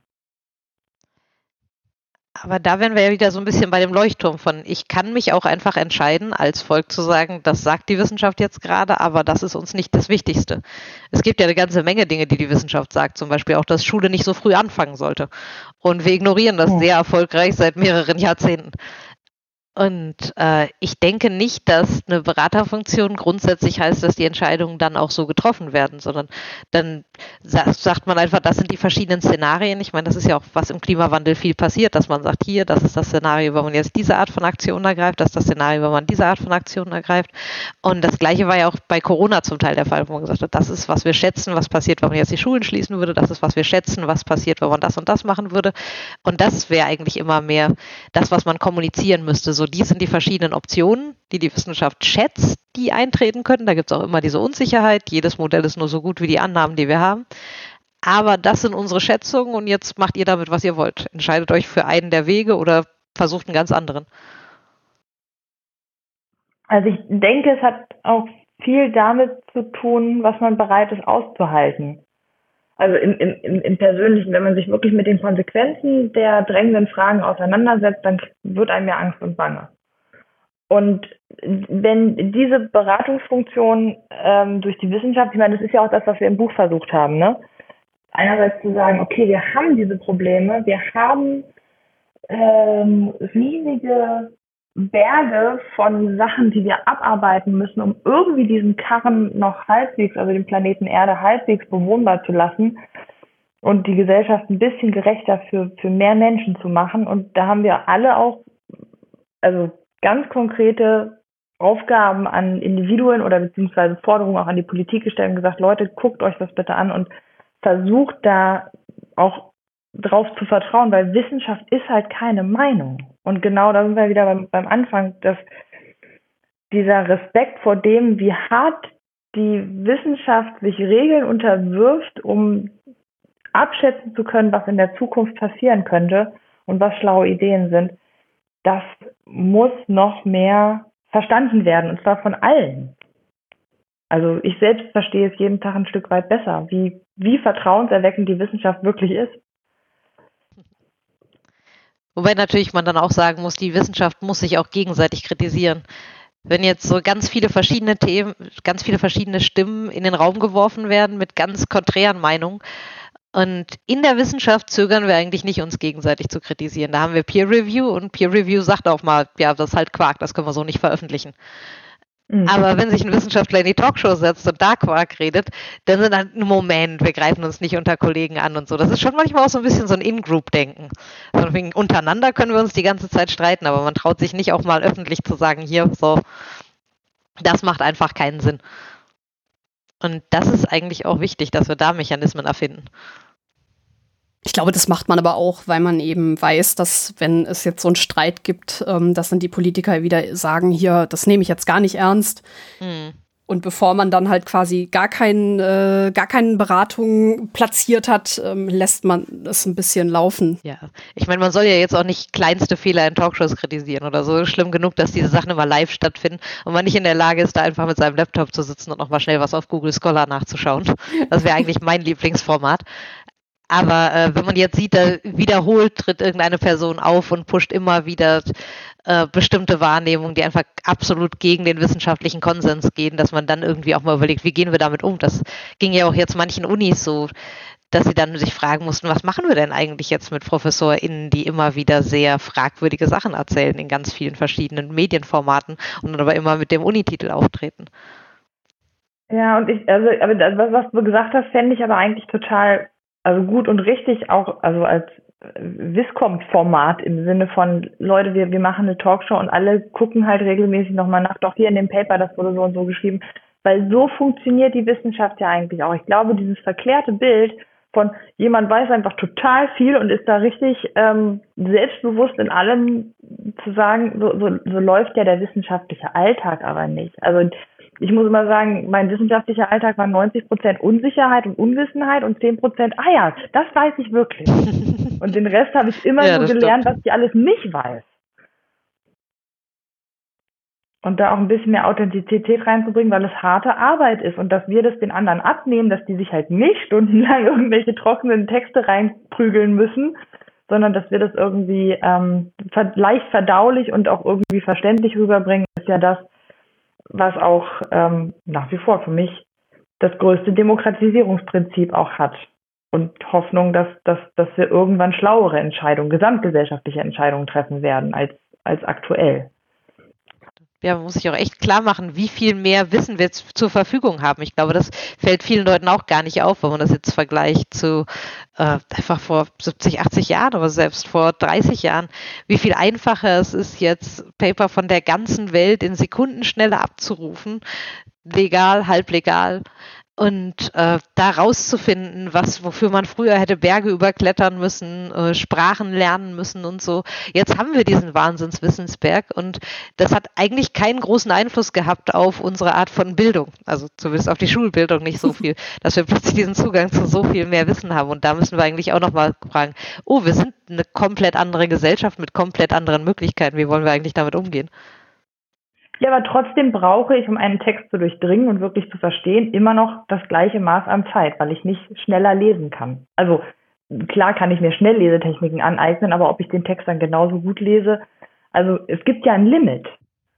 Aber da wären wir ja wieder so ein bisschen bei dem Leuchtturm von, ich kann mich auch einfach entscheiden, als Volk zu sagen, das sagt die Wissenschaft jetzt gerade, aber das ist uns nicht das Wichtigste. Es gibt ja eine ganze Menge Dinge, die Wissenschaft sagt, zum Beispiel auch, dass Schule nicht so früh anfangen sollte. Und wir ignorieren das sehr erfolgreich seit mehreren Jahrzehnten. Und ich denke nicht, dass eine Beraterfunktion grundsätzlich heißt, dass die Entscheidungen dann auch so getroffen werden, sondern dann sagt man einfach, das sind die verschiedenen Szenarien. Ich meine, das ist ja auch, was im Klimawandel viel passiert, dass man sagt, hier, das ist das Szenario, wo man jetzt diese Art von Aktion ergreift, das ist das Szenario, wo man diese Art von Aktion ergreift. Und das Gleiche war ja auch bei Corona zum Teil der Fall, wo man gesagt hat, das ist, was wir schätzen, was passiert, wenn man jetzt die Schulen schließen würde, das ist, was wir schätzen, was passiert, wenn man das und das machen würde. Und das wäre eigentlich immer mehr das, was man kommunizieren müsste, so die sind die verschiedenen Optionen, die Wissenschaft schätzt, die eintreten können. Da gibt es auch immer diese Unsicherheit. Jedes Modell ist nur so gut wie die Annahmen, die wir haben. Aber das sind unsere Schätzungen und jetzt macht ihr damit, was ihr wollt. Entscheidet euch für einen der Wege oder versucht einen ganz anderen. Also ich denke, es hat auch viel damit zu tun, was man bereit ist auszuhalten. Also im Persönlichen, wenn man sich wirklich mit den Konsequenzen der drängenden Fragen auseinandersetzt, dann wird einem ja Angst und Bange. Und wenn diese Beratungsfunktion durch die Wissenschaft, ich meine, das ist ja auch das, was wir im Buch versucht haben, ne? Einerseits zu sagen, okay, wir haben diese Probleme, wir haben riesige Berge von Sachen, die wir abarbeiten müssen, um irgendwie diesen Karren noch halbwegs, also den Planeten Erde halbwegs bewohnbar zu lassen und die Gesellschaft ein bisschen gerechter für mehr Menschen zu machen. Und da haben wir alle auch, also ganz konkrete Aufgaben an Individuen oder beziehungsweise Forderungen auch an die Politik gestellt und gesagt, Leute, guckt euch das bitte an und versucht da auch drauf zu vertrauen, weil Wissenschaft ist halt keine Meinung. Und genau da sind wir wieder beim Anfang, dass dieser Respekt vor dem, wie hart die Wissenschaft sich Regeln unterwirft, um abschätzen zu können, was in der Zukunft passieren könnte und was schlaue Ideen sind, das muss noch mehr verstanden werden, und zwar von allen. Also ich selbst verstehe es jeden Tag ein Stück weit besser, wie vertrauenserweckend die Wissenschaft wirklich ist. Wobei natürlich man dann auch sagen muss, die Wissenschaft muss sich auch gegenseitig kritisieren. Wenn jetzt so ganz viele verschiedene Themen, ganz viele verschiedene Stimmen in den Raum geworfen werden mit ganz konträren Meinungen, und in der Wissenschaft zögern wir eigentlich nicht, uns gegenseitig zu kritisieren. Da haben wir Peer Review und Peer Review sagt auch mal, ja, das ist halt Quark, das können wir so nicht veröffentlichen. Aber wenn sich ein Wissenschaftler in die Talkshow setzt und da Quark redet, dann sind dann, Moment, wir greifen uns nicht unter Kollegen an und so. Das ist schon manchmal auch so ein bisschen so ein In-Group-Denken. Also untereinander können wir uns die ganze Zeit streiten, aber man traut sich nicht auch mal öffentlich zu sagen, hier, so, das macht einfach keinen Sinn. Und das ist eigentlich auch wichtig, dass wir da Mechanismen erfinden. Ich glaube, das macht man aber auch, weil man eben weiß, dass wenn es jetzt so einen Streit gibt, dass dann die Politiker wieder sagen, hier, das nehme ich jetzt gar nicht ernst. Und bevor man dann halt quasi gar keine Beratung platziert hat, lässt man es ein bisschen laufen. Ja, ich meine, man soll ja jetzt auch nicht kleinste Fehler in Talkshows kritisieren oder so. Schlimm genug, dass diese Sachen immer live stattfinden und man nicht in der Lage ist, da einfach mit seinem Laptop zu sitzen und nochmal schnell was auf Google Scholar nachzuschauen. Das wäre eigentlich mein Lieblingsformat. Aber wenn man jetzt sieht, da wiederholt tritt irgendeine Person auf und pusht immer wieder bestimmte Wahrnehmungen, die einfach absolut gegen den wissenschaftlichen Konsens gehen, dass man dann irgendwie auch mal überlegt, wie gehen wir damit um? Das ging ja auch jetzt manchen Unis so, dass sie dann sich fragen mussten, was machen wir denn eigentlich jetzt mit ProfessorInnen, die immer wieder sehr fragwürdige Sachen erzählen in ganz vielen verschiedenen Medienformaten und dann aber immer mit dem Unititel auftreten. Ja, und aber das, was du gesagt hast, fände ich aber eigentlich total gut und richtig, auch also als Wiscompt-Format im Sinne von, Leute, wir machen eine Talkshow und alle gucken halt regelmäßig nochmal nach, doch hier in dem Paper, das wurde so und so geschrieben, weil so funktioniert die Wissenschaft ja eigentlich auch. Ich glaube, dieses verklärte Bild von jemand weiß einfach total viel und ist da richtig selbstbewusst in allem zu sagen, so läuft ja der wissenschaftliche Alltag aber nicht. Also ich muss immer sagen, mein wissenschaftlicher Alltag war 90% Unsicherheit und Unwissenheit und 10%, ja, das weiß ich wirklich. Und den Rest habe ich immer nur gelernt, was ich alles nicht weiß. Und da auch ein bisschen mehr Authentizität reinzubringen, weil es harte Arbeit ist und dass wir das den anderen abnehmen, dass die sich halt nicht stundenlang irgendwelche trockenen Texte reinprügeln müssen, sondern dass wir das irgendwie leicht verdaulich und auch irgendwie verständlich rüberbringen, ist ja das, was auch nach wie vor für mich das größte Demokratisierungsprinzip auch hat. Und Hoffnung, dass wir irgendwann schlauere Entscheidungen, gesamtgesellschaftliche Entscheidungen treffen werden als aktuell. Ja, man muss sich auch echt klar machen, wie viel mehr Wissen wir jetzt zur Verfügung haben. Ich glaube, das fällt vielen Leuten auch gar nicht auf, wenn man das jetzt vergleicht zu einfach vor 70, 80 Jahren oder selbst vor 30 Jahren, wie viel einfacher es ist, jetzt Paper von der ganzen Welt in Sekundenschnelle abzurufen, legal, halblegal. Und da rauszufinden, wofür man früher hätte Berge überklettern müssen, Sprachen lernen müssen und so. Jetzt haben wir diesen Wahnsinnswissensberg und das hat eigentlich keinen großen Einfluss gehabt auf unsere Art von Bildung. Also zumindest auf die Schulbildung nicht so viel, dass wir plötzlich diesen Zugang zu so viel mehr Wissen haben. Und da müssen wir eigentlich auch nochmal fragen, wir sind eine komplett andere Gesellschaft mit komplett anderen Möglichkeiten. Wie wollen wir eigentlich damit umgehen? Ja, aber trotzdem brauche ich, um einen Text zu durchdringen und wirklich zu verstehen, immer noch das gleiche Maß an Zeit, weil ich nicht schneller lesen kann. Also klar kann ich mir Schnelllesetechniken aneignen, aber ob ich den Text dann genauso gut lese, also es gibt ja ein Limit.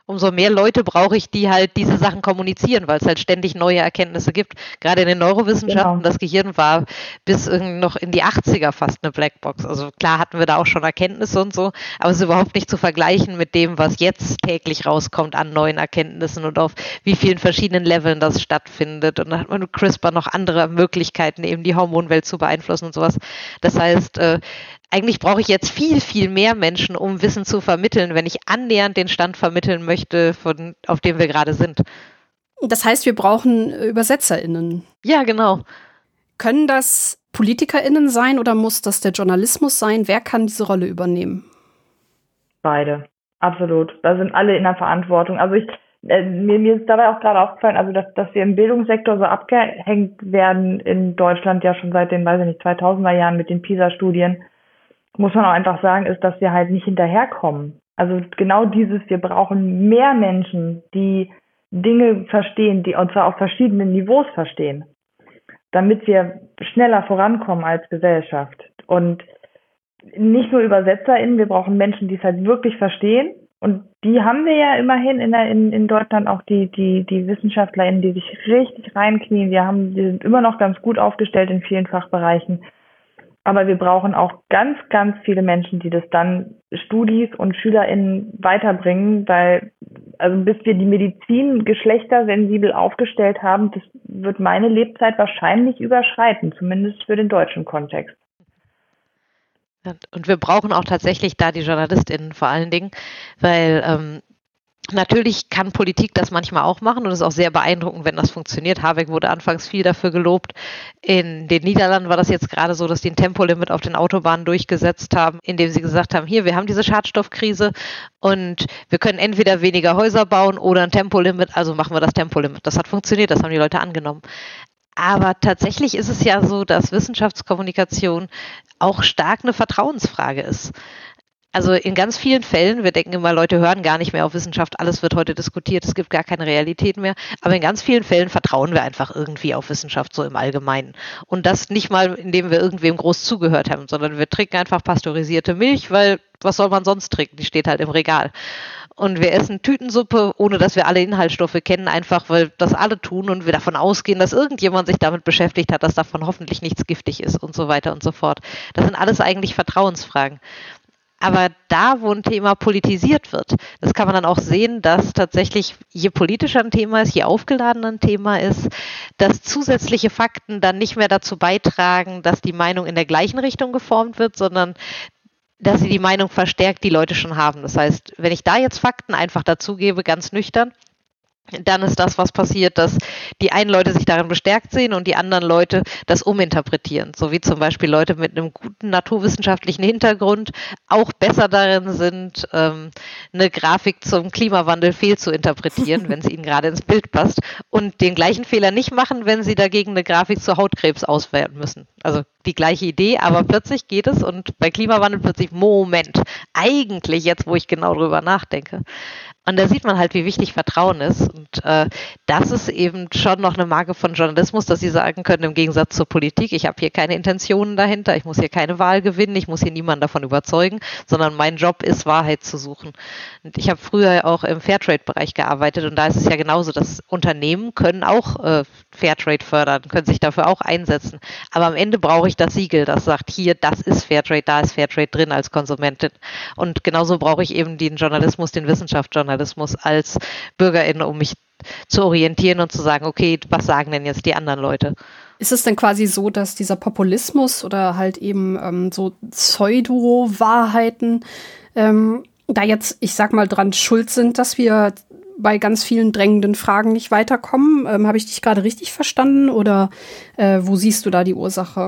Umso mehr Leute brauche ich, die halt diese Sachen kommunizieren, weil es halt ständig neue Erkenntnisse gibt. Gerade in den Neurowissenschaften, das Gehirn war bis noch in die 80er fast eine Blackbox. Also klar hatten wir da auch schon Erkenntnisse und so, aber es ist überhaupt nicht zu vergleichen mit dem, was jetzt täglich rauskommt an neuen Erkenntnissen und auf wie vielen verschiedenen Leveln das stattfindet. Und dann hat man mit CRISPR noch andere Möglichkeiten, eben die Hormonwelt zu beeinflussen und sowas. Das heißt, eigentlich brauche ich jetzt viel, viel mehr Menschen, um Wissen zu vermitteln, wenn ich annähernd den Stand vermitteln möchte, auf dem wir gerade sind. Das heißt, wir brauchen ÜbersetzerInnen. Ja, genau. Können das PolitikerInnen sein oder muss das der Journalismus sein? Wer kann diese Rolle übernehmen? Beide, absolut. Da sind alle in der Verantwortung. Also mir ist dabei auch gerade aufgefallen, also dass wir im Bildungssektor so abgehängt werden in Deutschland ja schon seit den, 2000er Jahren mit den PISA-Studien, muss man auch einfach sagen, ist, dass wir halt nicht hinterherkommen. Also genau wir brauchen mehr Menschen, die Dinge verstehen, die und zwar auf verschiedenen Niveaus verstehen, damit wir schneller vorankommen als Gesellschaft. Und nicht nur ÜbersetzerInnen, wir brauchen Menschen, die es halt wirklich verstehen. Und die haben wir ja immerhin in Deutschland auch die WissenschaftlerInnen, die sich richtig reinknien. Die sind immer noch ganz gut aufgestellt in vielen Fachbereichen. Aber wir brauchen auch ganz, ganz viele Menschen, die das dann Studis und SchülerInnen weiterbringen, weil, also bis wir die Medizin geschlechtersensibel aufgestellt haben, das wird meine Lebzeit wahrscheinlich überschreiten, zumindest für den deutschen Kontext. Und wir brauchen auch tatsächlich da die JournalistInnen vor allen Dingen, weil natürlich kann Politik das manchmal auch machen und es ist auch sehr beeindruckend, wenn das funktioniert. Habeck wurde anfangs viel dafür gelobt. In den Niederlanden war das jetzt gerade so, dass die ein Tempolimit auf den Autobahnen durchgesetzt haben, indem sie gesagt haben, hier, wir haben diese Schadstoffkrise und wir können entweder weniger Häuser bauen oder ein Tempolimit, also machen wir das Tempolimit. Das hat funktioniert, das haben die Leute angenommen. Aber tatsächlich ist es ja so, dass Wissenschaftskommunikation auch stark eine Vertrauensfrage ist. Also in ganz vielen Fällen, wir denken immer, Leute hören gar nicht mehr auf Wissenschaft, alles wird heute diskutiert, es gibt gar keine Realität mehr, aber in ganz vielen Fällen vertrauen wir einfach irgendwie auf Wissenschaft so im Allgemeinen. Und das nicht mal, indem wir irgendwem groß zugehört haben, sondern wir trinken einfach pasteurisierte Milch, weil was soll man sonst trinken, die steht halt im Regal. Und wir essen Tütensuppe, ohne dass wir alle Inhaltsstoffe kennen, einfach weil das alle tun und wir davon ausgehen, dass irgendjemand sich damit beschäftigt hat, dass davon hoffentlich nichts giftig ist und so weiter und so fort. Das sind alles eigentlich Vertrauensfragen. Aber da, wo ein Thema politisiert wird, das kann man dann auch sehen, dass tatsächlich, je politischer ein Thema ist, je aufgeladener ein Thema ist, dass zusätzliche Fakten dann nicht mehr dazu beitragen, dass die Meinung in der gleichen Richtung geformt wird, sondern dass sie die Meinung verstärkt, die Leute schon haben. Das heißt, wenn ich da jetzt Fakten einfach dazugebe, ganz nüchtern, dann ist das, was passiert, dass die einen Leute sich darin bestärkt sehen und die anderen Leute das uminterpretieren. So wie zum Beispiel Leute mit einem guten naturwissenschaftlichen Hintergrund auch besser darin sind, eine Grafik zum Klimawandel fehlzuinterpretieren, wenn sie ihnen gerade ins Bild passt und den gleichen Fehler nicht machen, wenn sie dagegen eine Grafik zu Hautkrebs auswerten müssen. Also die gleiche Idee, aber plötzlich geht es und bei Klimawandel plötzlich, Moment, eigentlich jetzt, wo ich genau drüber nachdenke. Und da sieht man halt, wie wichtig Vertrauen ist. Und das ist eben schon noch eine Marke von Journalismus, dass sie sagen können, im Gegensatz zur Politik, ich habe hier keine Intentionen dahinter, ich muss hier keine Wahl gewinnen, ich muss hier niemanden davon überzeugen, sondern mein Job ist, Wahrheit zu suchen. Und ich habe früher auch im Fairtrade-Bereich gearbeitet und da ist es ja genauso, dass Unternehmen können auch Fairtrade fördern, können sich dafür auch einsetzen. Aber am Ende brauche ich das Siegel, das sagt, hier, das ist Fairtrade, da ist Fairtrade drin als Konsumentin. Und genauso brauche ich eben den Journalismus, den Wissenschaftsjournalismus als Bürgerin, um mich zu orientieren und zu sagen, okay, was sagen denn jetzt die anderen Leute? Ist es denn quasi so, dass dieser Populismus oder halt eben so Pseudo-Wahrheiten da jetzt, ich sag mal, dran schuld sind, dass wir bei ganz vielen drängenden Fragen nicht weiterkommen? Habe ich dich gerade richtig verstanden oder wo siehst du da die Ursache?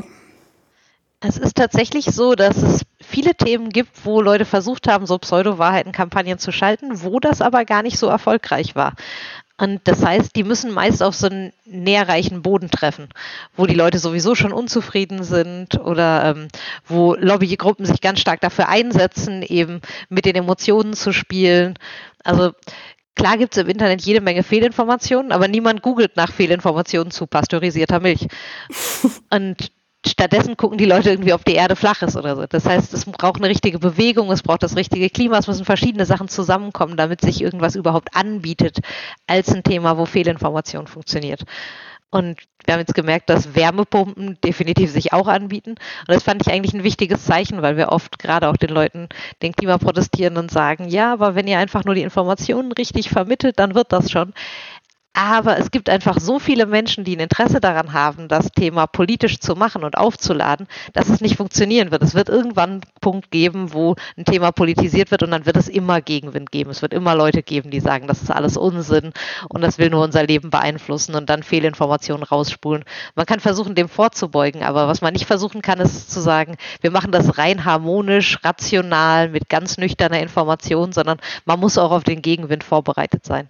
Es ist tatsächlich so, dass es viele Themen gibt, wo Leute versucht haben, so Pseudo-Wahrheiten-Kampagnen zu schalten, wo das aber gar nicht so erfolgreich war. Und das heißt, die müssen meist auf so einen nährreichen Boden treffen, wo die Leute sowieso schon unzufrieden sind oder wo Lobbygruppen sich ganz stark dafür einsetzen, eben mit den Emotionen zu spielen. Also klar gibt es im Internet jede Menge Fehlinformationen, aber niemand googelt nach Fehlinformationen zu pasteurisierter Milch. Und stattdessen gucken die Leute irgendwie, ob die Erde flach ist oder so. Das heißt, es braucht eine richtige Bewegung, es braucht das richtige Klima, es müssen verschiedene Sachen zusammenkommen, damit sich irgendwas überhaupt anbietet als ein Thema, wo Fehlinformation funktioniert. Und wir haben jetzt gemerkt, dass Wärmepumpen definitiv sich auch anbieten. Und das fand ich eigentlich ein wichtiges Zeichen, weil wir oft gerade auch den Leuten, den Klimaprotestierenden sagen, ja, aber wenn ihr einfach nur die Informationen richtig vermittelt, dann wird das schon. Aber es gibt einfach so viele Menschen, die ein Interesse daran haben, das Thema politisch zu machen und aufzuladen, dass es nicht funktionieren wird. Es wird irgendwann einen Punkt geben, wo ein Thema politisiert wird und dann wird es immer Gegenwind geben. Es wird immer Leute geben, die sagen, das ist alles Unsinn und das will nur unser Leben beeinflussen und dann Fehlinformationen rausspulen. Man kann versuchen, dem vorzubeugen, aber was man nicht versuchen kann, ist zu sagen, wir machen das rein harmonisch, rational, mit ganz nüchterner Information, sondern man muss auch auf den Gegenwind vorbereitet sein.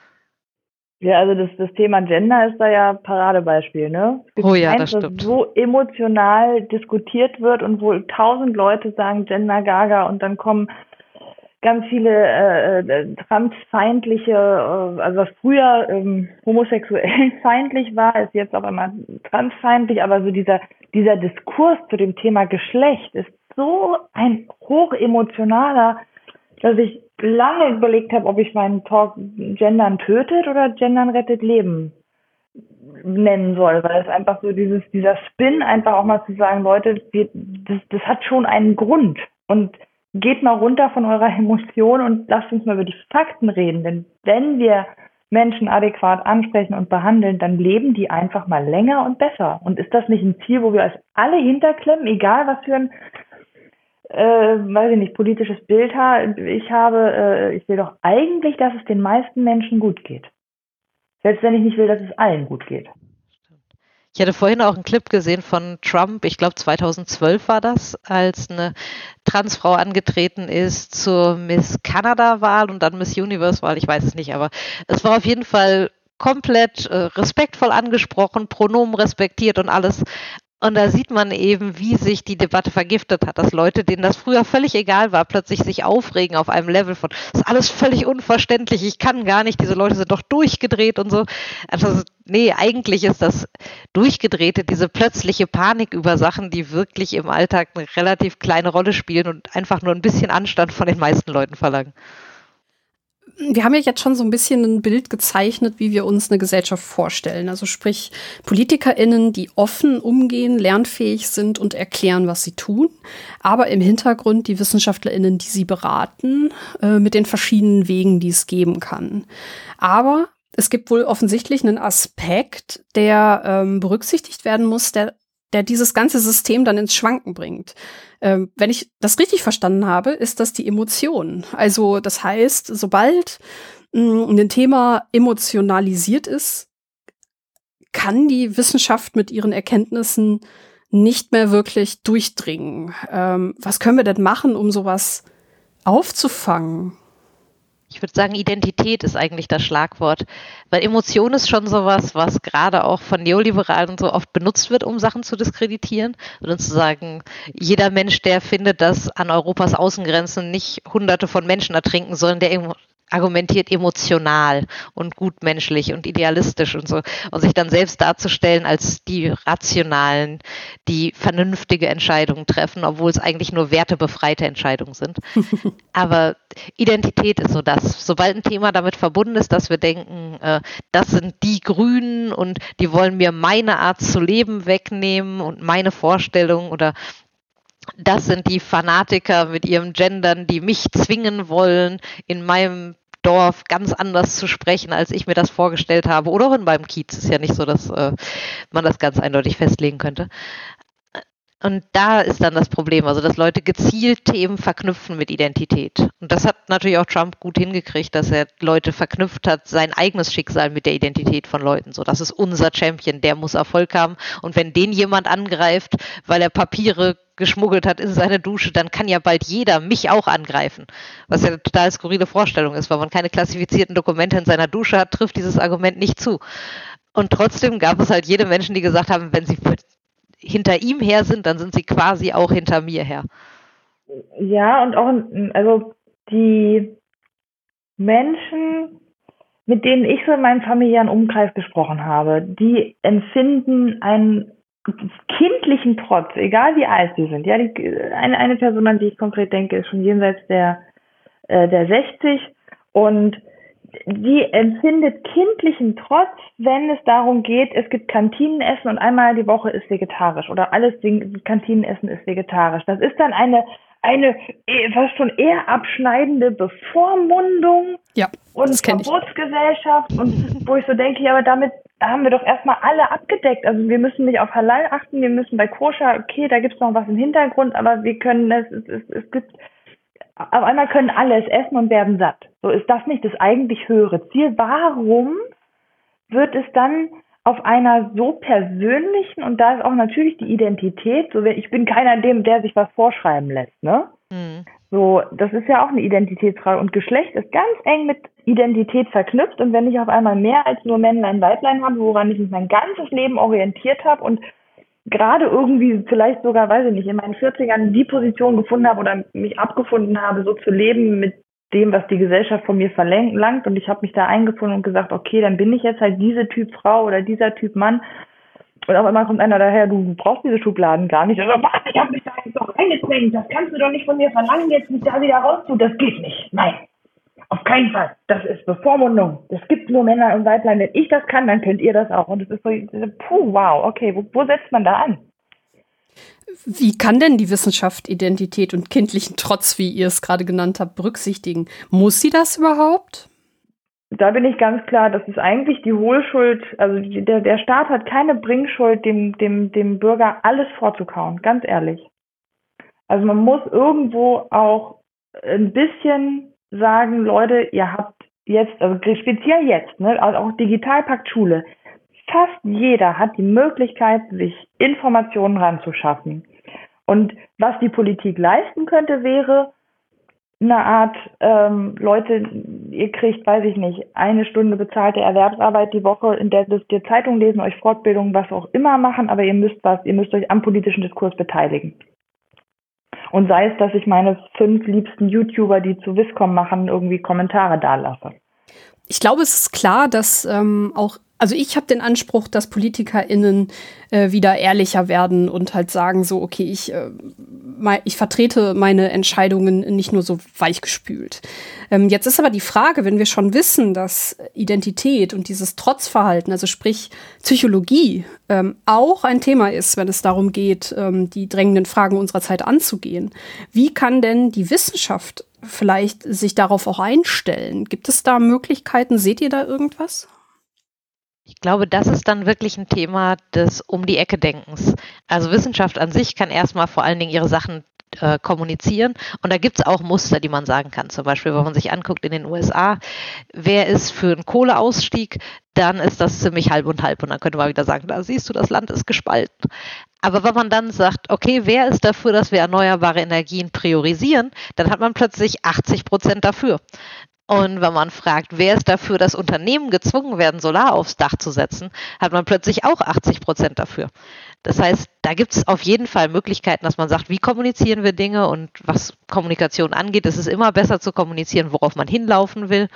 Ja, also das Thema Gender ist da ja Paradebeispiel, ne? Es gibt Oh ja, eins, das stimmt. so emotional diskutiert wird und wo 1000 Leute sagen Gender Gaga und dann kommen ganz viele transfeindliche, also was früher homosexuellenfeindlich war, ist jetzt auf einmal transfeindlich, aber so dieser Diskurs zu dem Thema Geschlecht ist so ein hochemotionaler, dass ich lange überlegt habe, ob ich meinen Talk Gendern tötet oder Gendern rettet Leben nennen soll, weil es einfach so dieser Spin, einfach auch mal zu sagen, Leute, das hat schon einen Grund und geht mal runter von eurer Emotion und lasst uns mal über die Fakten reden, denn wenn wir Menschen adäquat ansprechen und behandeln, dann leben die einfach mal länger und besser. Und ist das nicht ein Ziel, wo wir uns alle hinterklemmen, egal was für ein weiß ich nicht, politisches Bild ich habe, ich will doch eigentlich, dass es den meisten Menschen gut geht. Selbst wenn ich nicht will, dass es allen gut geht. Ich hatte vorhin auch einen Clip gesehen von Trump, ich glaube 2012 war das, als eine Transfrau angetreten ist zur Miss Canada-Wahl und dann Miss Universe-Wahl, ich weiß es nicht, aber es war auf jeden Fall komplett respektvoll angesprochen, Pronomen respektiert und alles. Und da sieht man eben, wie sich die Debatte vergiftet hat, dass Leute, denen das früher völlig egal war, plötzlich sich aufregen auf einem Level von, das ist alles völlig unverständlich, ich kann gar nicht, diese Leute sind doch durchgedreht und so. Also, nee, eigentlich ist das Durchgedrehte, diese plötzliche Panik über Sachen, die wirklich im Alltag eine relativ kleine Rolle spielen und einfach nur ein bisschen Anstand von den meisten Leuten verlangen. Wir haben ja jetzt schon so ein bisschen ein Bild gezeichnet, wie wir uns eine Gesellschaft vorstellen. Also sprich PolitikerInnen, die offen umgehen, lernfähig sind und erklären, was sie tun. Aber im Hintergrund die WissenschaftlerInnen, die sie beraten, mit den verschiedenen Wegen, die es geben kann. Aber es gibt wohl offensichtlich einen Aspekt, der berücksichtigt werden muss, der dieses ganze System dann ins Schwanken bringt. Wenn ich das richtig verstanden habe, ist das die Emotion. Also das heißt, sobald ein Thema emotionalisiert ist, kann die Wissenschaft mit ihren Erkenntnissen nicht mehr wirklich durchdringen. Was können wir denn machen, um sowas aufzufangen? Ich würde sagen, Identität ist eigentlich das Schlagwort, weil Emotion ist schon sowas, was gerade auch von Neoliberalen so oft benutzt wird, um Sachen zu diskreditieren und zu sagen, jeder Mensch, der findet, dass an Europas Außengrenzen nicht Hunderte von Menschen ertrinken sollen, der argumentiert emotional und gutmenschlich und idealistisch und so und sich dann selbst darzustellen als die Rationalen, die vernünftige Entscheidungen treffen, obwohl es eigentlich nur wertebefreite Entscheidungen sind. Aber Identität ist so das. Sobald ein Thema damit verbunden ist, dass wir denken, das sind die Grünen und die wollen mir meine Art zu leben wegnehmen und meine Vorstellung oder das sind die Fanatiker mit ihrem Gendern, die mich zwingen wollen, in meinem Dorf ganz anders zu sprechen, als ich mir das vorgestellt habe. Oder auch in meinem Kiez. Ist ja nicht so, dass man das ganz eindeutig festlegen könnte. Und da ist dann das Problem, also dass Leute gezielt Themen verknüpfen mit Identität. Und das hat natürlich auch Trump gut hingekriegt, dass er Leute verknüpft hat, sein eigenes Schicksal mit der Identität von Leuten. So, das ist unser Champion, der muss Erfolg haben. Und wenn den jemand angreift, weil er Papiere geschmuggelt hat in seine Dusche, dann kann ja bald jeder mich auch angreifen. Was ja eine total skurrile Vorstellung ist, weil man keine klassifizierten Dokumente in seiner Dusche hat, trifft dieses Argument nicht zu. Und trotzdem gab es halt jede Menschen, die gesagt haben, wenn sie hinter ihm her sind, dann sind sie quasi auch hinter mir her. Ja, und auch, also die Menschen, mit denen ich so in meinem familiären Umkreis gesprochen habe, die empfinden ein kindlichen Trotz, egal wie alt sie sind. Ja, eine Person, an die ich konkret denke, ist schon jenseits der 60 und die empfindet kindlichen Trotz, wenn es darum geht, es gibt Kantinenessen und einmal die Woche ist vegetarisch oder alles Kantinenessen ist vegetarisch. Das ist dann eine fast schon eher abschneidende Bevormundung und Verbotsgesellschaft und wo ich so denke, ja, aber damit haben wir doch erstmal alle abgedeckt. Also wir müssen nicht auf Halal achten, wir müssen bei Koscher, okay, da gibt's noch was im Hintergrund, aber wir können es gibt auf einmal können alle es essen und werden satt. So ist das nicht das eigentlich höhere Ziel. Warum wird es dann auf einer so persönlichen, und da ist auch natürlich die Identität, so ich bin keiner der sich was vorschreiben lässt, ne? Mhm. So, das ist ja auch eine Identitätsfrage und Geschlecht ist ganz eng mit Identität verknüpft und wenn ich auf einmal mehr als nur Männlein, Weiblein habe, woran ich mich mein ganzes Leben orientiert habe und gerade irgendwie vielleicht sogar, weiß ich nicht, in meinen 40ern die Position gefunden habe oder mich abgefunden habe, so zu leben mit dem, was die Gesellschaft von mir verlangt und ich habe mich da eingefunden und gesagt, okay, dann bin ich jetzt halt diese Typ Frau oder dieser Typ Mann und auf einmal kommt einer daher, du brauchst diese Schubladen gar nicht. Also, was, ich habe mich da jetzt doch reingezwängt, das kannst du doch nicht von mir verlangen, jetzt mich da wieder rauszutun, das geht nicht, nein. Auf keinen Fall. Das ist Bevormundung. Es gibt nur Männer und Weiblein. Wenn ich das kann, dann könnt ihr das auch. Und es ist so, wow, okay, wo setzt man da an? Wie kann denn die Wissenschaft Identität und kindlichen Trotz, wie ihr es gerade genannt habt, berücksichtigen? Muss sie das überhaupt? Da bin ich ganz klar, das ist eigentlich die Hohlschuld. Also der Staat hat keine Bringschuld, dem Bürger alles vorzukauen. Ganz ehrlich. Also man muss irgendwo auch ein bisschen sagen, Leute, ihr habt jetzt, also speziell jetzt, ne, also auch Digitalpakt Schule, fast jeder hat die Möglichkeit, sich Informationen ranzuschaffen. Und was die Politik leisten könnte, wäre eine Art, Leute, ihr kriegt, weiß ich nicht, 1 Stunde bezahlte Erwerbsarbeit die Woche, in der dürft ihr Zeitung lesen, euch Fortbildung, was auch immer machen, aber ihr müsst euch am politischen Diskurs beteiligen. Und sei es, dass ich meine 5 liebsten YouTuber, die zu Viscom machen, irgendwie Kommentare dalasse. Ich glaube, es ist klar, dass also ich habe den Anspruch, dass PolitikerInnen wieder ehrlicher werden und halt sagen so, okay, ich vertrete meine Entscheidungen nicht nur so weichgespült. Jetzt ist aber die Frage, wenn wir schon wissen, dass Identität und dieses Trotzverhalten, also sprich Psychologie, auch ein Thema ist, wenn es darum geht, die drängenden Fragen unserer Zeit anzugehen. Wie kann denn die Wissenschaft vielleicht sich darauf auch einstellen? Gibt es da Möglichkeiten? Seht ihr da irgendwas? Ich glaube, das ist dann wirklich ein Thema des Um-die-Ecke-Denkens. Also Wissenschaft an sich kann erstmal vor allen Dingen ihre Sachen kommunizieren und da gibt es auch Muster, die man sagen kann. Zum Beispiel, wenn man sich anguckt in den USA, wer ist für einen Kohleausstieg, dann ist das ziemlich halb und halb und dann könnte man wieder sagen, da siehst du, das Land ist gespalten. Aber wenn man dann sagt, okay, wer ist dafür, dass wir erneuerbare Energien priorisieren, dann hat man plötzlich 80% dafür. Und wenn man fragt, wer ist dafür, dass Unternehmen gezwungen werden, Solar aufs Dach zu setzen, hat man plötzlich auch 80% dafür. Das heißt, da gibt es auf jeden Fall Möglichkeiten, dass man sagt, wie kommunizieren wir Dinge und was Kommunikation angeht, ist es immer besser zu kommunizieren, worauf man hinlaufen will.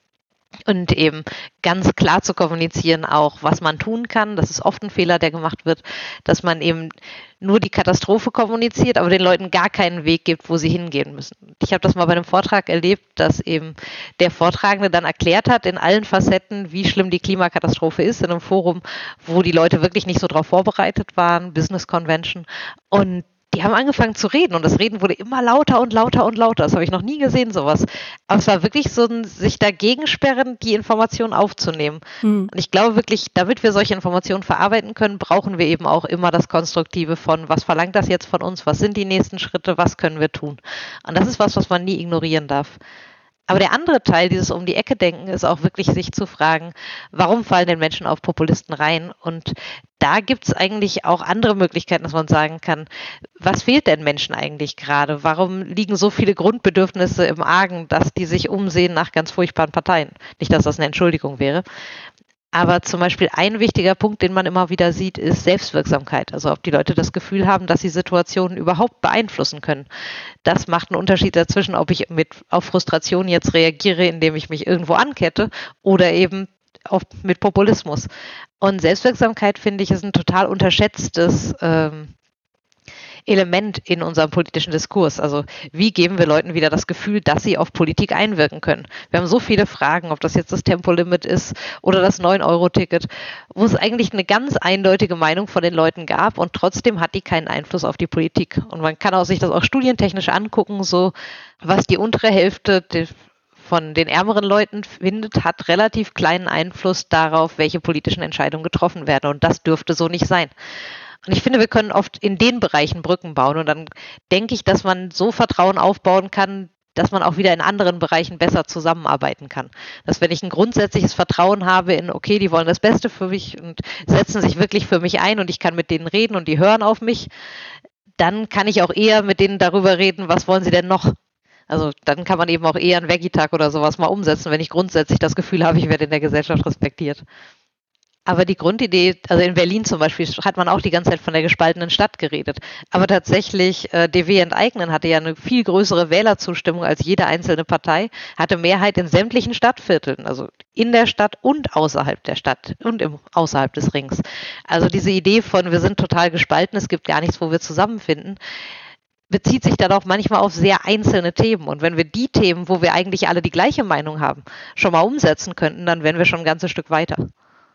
Und eben ganz klar zu kommunizieren auch, was man tun kann. Das ist oft ein Fehler, der gemacht wird, dass man eben nur die Katastrophe kommuniziert, aber den Leuten gar keinen Weg gibt, wo sie hingehen müssen. Ich habe das mal bei einem Vortrag erlebt, dass eben der Vortragende dann erklärt hat in allen Facetten, wie schlimm die Klimakatastrophe ist, in einem Forum, wo die Leute wirklich nicht so darauf vorbereitet waren, Business Convention. Und die haben angefangen zu reden und das Reden wurde immer lauter und lauter und lauter. Das habe ich noch nie gesehen, sowas. Aber es war wirklich so ein sich dagegen sperren, die Informationen aufzunehmen. Und ich glaube wirklich, damit wir solche Informationen verarbeiten können, brauchen wir eben auch immer das Konstruktive von, was verlangt das jetzt von uns, was sind die nächsten Schritte, was können wir tun. Und das ist was man nie ignorieren darf. Aber der andere Teil, dieses Um-die-Ecke-Denken, ist auch wirklich sich zu fragen, warum fallen denn Menschen auf Populisten rein? Und da gibt es eigentlich auch andere Möglichkeiten, dass man sagen kann, was fehlt denn Menschen eigentlich gerade? Warum liegen so viele Grundbedürfnisse im Argen, dass die sich umsehen nach ganz furchtbaren Parteien? Nicht, dass das eine Entschuldigung wäre. Aber zum Beispiel ein wichtiger Punkt, den man immer wieder sieht, ist Selbstwirksamkeit. Also ob die Leute das Gefühl haben, dass sie Situationen überhaupt beeinflussen können. Das macht einen Unterschied dazwischen, ob ich auf Frustration jetzt reagiere, indem ich mich irgendwo ankette oder eben mit Populismus. Und Selbstwirksamkeit, finde ich, ist ein total unterschätztes Element in unserem politischen Diskurs. Also wie geben wir Leuten wieder das Gefühl, dass sie auf Politik einwirken können? Wir haben so viele Fragen, ob das jetzt das Tempolimit ist oder das 9-Euro-Ticket, wo es eigentlich eine ganz eindeutige Meinung von den Leuten gab und trotzdem hat die keinen Einfluss auf die Politik. Und man kann sich das auch studientechnisch angucken, so was die untere Hälfte von den ärmeren Leuten findet, hat relativ kleinen Einfluss darauf, welche politischen Entscheidungen getroffen werden. Und das dürfte so nicht sein. Und ich finde, wir können oft in den Bereichen Brücken bauen. Und dann denke ich, dass man so Vertrauen aufbauen kann, dass man auch wieder in anderen Bereichen besser zusammenarbeiten kann. Dass wenn ich ein grundsätzliches Vertrauen habe in, okay, die wollen das Beste für mich und setzen sich wirklich für mich ein und ich kann mit denen reden und die hören auf mich, dann kann ich auch eher mit denen darüber reden, was wollen sie denn noch? Also dann kann man eben auch eher einen Veggie-Tag oder sowas mal umsetzen, wenn ich grundsätzlich das Gefühl habe, ich werde in der Gesellschaft respektiert. Aber die Grundidee, also in Berlin zum Beispiel, hat man auch die ganze Zeit von der gespaltenen Stadt geredet. Aber tatsächlich, DW Enteignen hatte ja eine viel größere Wählerzustimmung als jede einzelne Partei, hatte Mehrheit in sämtlichen Stadtvierteln, also in der Stadt und außerhalb der Stadt und außerhalb des Rings. Also diese Idee von, wir sind total gespalten, es gibt gar nichts, wo wir zusammenfinden, bezieht sich dann auch manchmal auf sehr einzelne Themen. Und wenn wir die Themen, wo wir eigentlich alle die gleiche Meinung haben, schon mal umsetzen könnten, dann wären wir schon ein ganzes Stück weiter.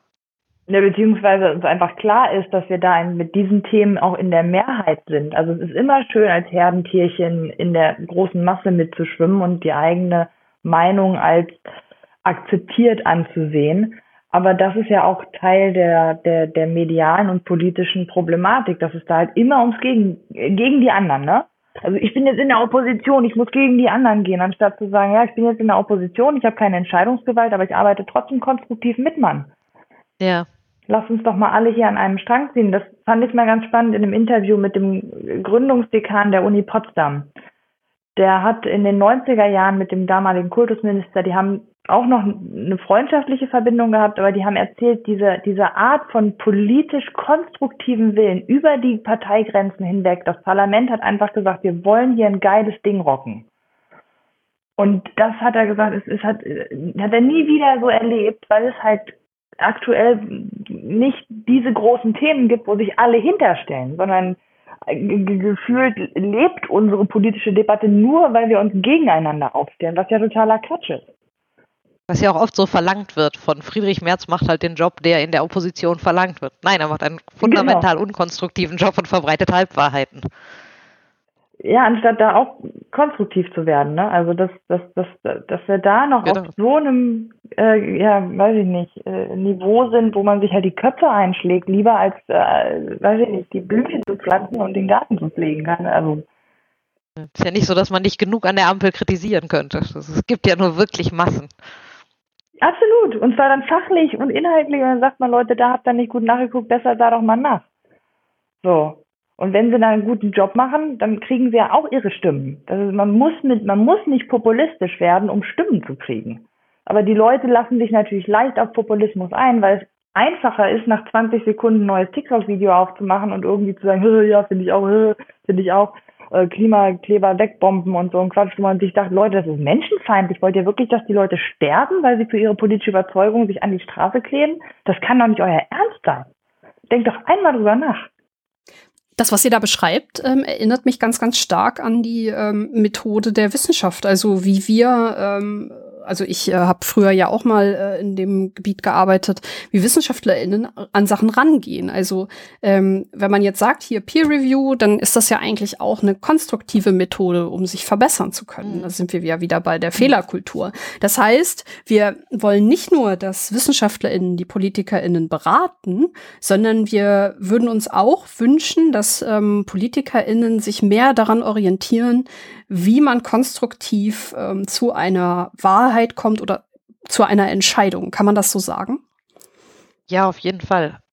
Ja, beziehungsweise uns einfach klar ist, dass wir da mit diesen Themen auch in der Mehrheit sind. Also es ist immer schön, als Herdentierchen in der großen Masse mitzuschwimmen und die eigene Meinung als akzeptiert anzusehen. Aber das ist ja auch Teil der medialen und politischen Problematik, dass es da halt immer gegen die anderen, ne? Also ich bin jetzt in der Opposition, ich muss gegen die anderen gehen, anstatt zu sagen, ja, ich bin jetzt in der Opposition, ich habe keine Entscheidungsgewalt, aber ich arbeite trotzdem konstruktiv mit, Mann. Ja. Lass uns doch mal alle hier an einem Strang ziehen. Das fand ich mal ganz spannend in einem Interview mit dem Gründungsdekan der Uni Potsdam. Der hat in den 90er Jahren mit dem damaligen Kultusminister, die haben auch noch eine freundschaftliche Verbindung gehabt, aber die haben erzählt, diese Art von politisch konstruktiven Willen über die Parteigrenzen hinweg. Das Parlament hat einfach gesagt, wir wollen hier ein geiles Ding rocken. Und das hat er gesagt, hat er nie wieder so erlebt, weil es halt aktuell nicht diese großen Themen gibt, wo sich alle hinterstellen, sondern gefühlt lebt unsere politische Debatte nur, weil wir uns gegeneinander aufstellen, was ja totaler Quatsch ist. Was ja auch oft so verlangt wird von Friedrich Merz macht halt den Job, der in der Opposition verlangt wird. Nein, er macht einen fundamental unkonstruktiven Job und verbreitet Halbwahrheiten. Ja, anstatt da auch konstruktiv zu werden, ne? Also dass wir da noch auf so einem, weiß ich nicht, Niveau sind, wo man sich halt die Köpfe einschlägt, lieber als, weiß ich nicht, die Blümchen zu pflanzen und den Garten zu pflegen kann. Also ist ja nicht so, dass man nicht genug an der Ampel kritisieren könnte. Es gibt ja nur wirklich Massen. Absolut. Und zwar dann fachlich und inhaltlich. Und dann sagt man, Leute, da habt ihr nicht gut nachgeguckt, besser da doch mal nach. So. Und wenn sie dann einen guten Job machen, dann kriegen sie ja auch ihre Stimmen. Also man muss nicht populistisch werden, um Stimmen zu kriegen. Aber die Leute lassen sich natürlich leicht auf Populismus ein, weil es einfacher ist, nach 20 Sekunden ein neues TikTok-Video aufzumachen und irgendwie zu sagen, ja, finde ich auch, Klimakleber wegbomben und so ein Quatsch, wo man sich dachte, Leute, das ist menschenfeindlich. Wollt ihr wirklich, dass die Leute sterben, weil sie für ihre politische Überzeugung sich an die Straße kleben? Das kann doch nicht euer Ernst sein. Denkt doch einmal drüber nach. Das, was ihr da beschreibt, erinnert mich ganz, ganz stark an die Methode der Wissenschaft. Also wie wir, also ich habe früher ja auch mal in dem Gebiet gearbeitet, wie WissenschaftlerInnen an Sachen rangehen. Also wenn man jetzt sagt, hier Peer Review, dann ist das ja eigentlich auch eine konstruktive Methode, um sich verbessern zu können. Da sind wir ja wieder bei der Fehlerkultur. Das heißt, wir wollen nicht nur, dass WissenschaftlerInnen die PolitikerInnen beraten, sondern wir würden uns auch wünschen, dass PolitikerInnen sich mehr daran orientieren, wie man konstruktiv zu einer Wahrheit kommt oder zu einer Entscheidung. Kann man das so sagen? Ja, auf jeden Fall.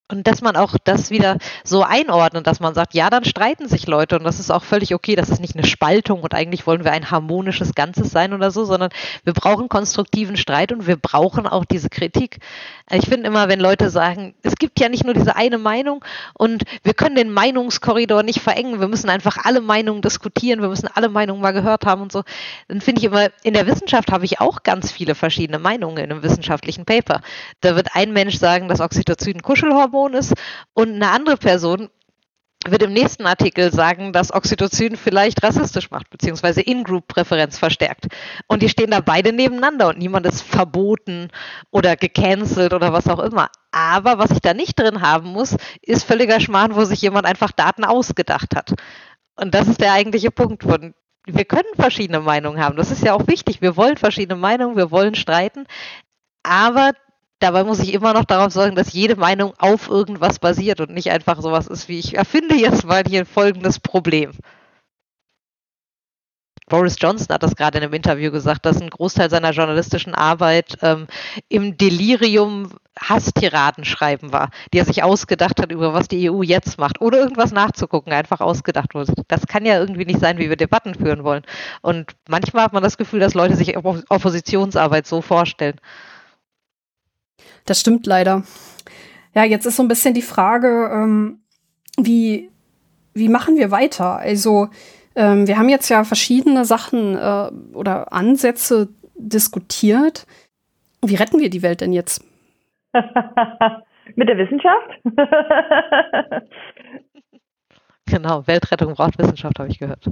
Und dass man auch das wieder so einordnet, dass man sagt, ja, dann streiten sich Leute und das ist auch völlig okay. Das ist nicht eine Spaltung und eigentlich wollen wir ein harmonisches Ganzes sein oder so, sondern wir brauchen konstruktiven Streit und wir brauchen auch diese Kritik. Ich finde immer, wenn Leute sagen, es gibt ja nicht nur diese eine Meinung und wir können den Meinungskorridor nicht verengen, wir müssen einfach alle Meinungen diskutieren, wir müssen alle Meinungen mal gehört haben und so, dann finde ich immer, in der Wissenschaft habe ich auch ganz viele verschiedene Meinungen in einem wissenschaftlichen Paper. Da wird ein Mensch sagen, dass Oxytocin ein Kuschelhormon ist und eine andere Person wird im nächsten Artikel sagen, dass Oxytocin vielleicht rassistisch macht, beziehungsweise In-Group-Präferenz verstärkt. Und die stehen da beide nebeneinander und niemand ist verboten oder gecancelt oder was auch immer. Aber was ich da nicht drin haben muss, ist völliger Schmarrn, wo sich jemand einfach Daten ausgedacht hat. Und das ist der eigentliche Punkt von, wir können verschiedene Meinungen haben. Das ist ja auch wichtig. Wir wollen verschiedene Meinungen, wir wollen streiten. Aber dabei muss ich immer noch darauf sorgen, dass jede Meinung auf irgendwas basiert und nicht einfach sowas ist wie, ich erfinde jetzt mal hier folgendes Problem. Boris Johnson hat das gerade in einem Interview gesagt, dass ein Großteil seiner journalistischen Arbeit im Delirium Hasstiraden schreiben war, die er sich ausgedacht hat, über was die EU jetzt macht, ohne irgendwas nachzugucken, einfach ausgedacht wurde. Das kann ja irgendwie nicht sein, wie wir Debatten führen wollen. Und manchmal hat man das Gefühl, dass Leute sich Oppositionsarbeit so vorstellen. Das stimmt leider. Ja, jetzt ist so ein bisschen die Frage, wie machen wir weiter? Also, wir haben jetzt ja verschiedene Sachen oder Ansätze diskutiert. Wie retten wir die Welt denn jetzt? Mit der Wissenschaft? Genau, Weltrettung braucht Wissenschaft, habe ich gehört.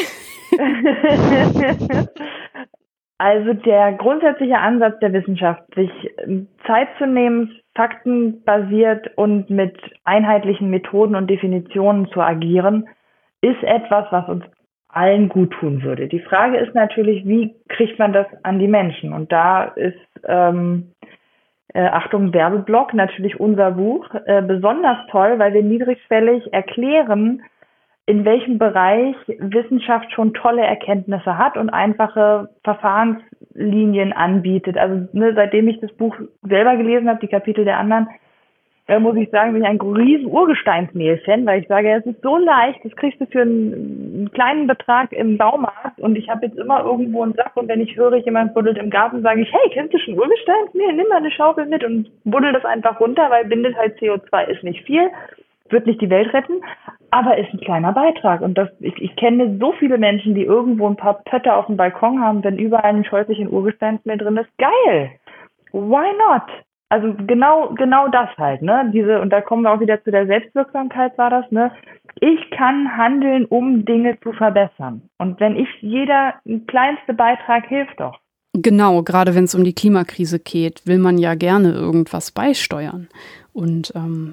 Also der grundsätzliche Ansatz der Wissenschaft, sich Zeit zu nehmen, faktenbasiert und mit einheitlichen Methoden und Definitionen zu agieren, ist etwas, was uns allen gut tun würde. Die Frage ist natürlich, wie kriegt man das an die Menschen? Und da ist, Achtung, Werbeblock, natürlich unser Buch, besonders toll, weil wir niedrigschwellig erklären, in welchem Bereich Wissenschaft schon tolle Erkenntnisse hat und einfache Verfahrenslinien anbietet. Also seitdem ich das Buch selber gelesen habe, die Kapitel der anderen, muss ich sagen, bin ich ein riesen Urgesteinsmehl-Fan, weil ich sage, es ist so leicht, das kriegst du für einen kleinen Betrag im Baumarkt und ich habe jetzt immer irgendwo einen Sack und wenn ich höre, jemand buddelt im Garten, sage ich, hey, kennst du schon Urgesteinsmehl? Nimm mal eine Schaufel mit und buddel das einfach runter, weil bindet halt CO2, ist nicht viel, wird nicht die Welt retten, aber ist ein kleiner Beitrag. Und ich kenne so viele Menschen, die irgendwo ein paar Pötte auf dem Balkon haben, wenn überall ein Schäufelchen Urgesteinsmehl drin ist. Geil! Why not? Also genau das halt, ne? Und da kommen wir auch wieder zu der Selbstwirksamkeit, war das, ne? Ich kann handeln, um Dinge zu verbessern. Und wenn jeder kleinste Beitrag hilft doch. Genau, gerade wenn es um die Klimakrise geht, will man ja gerne irgendwas beisteuern. Und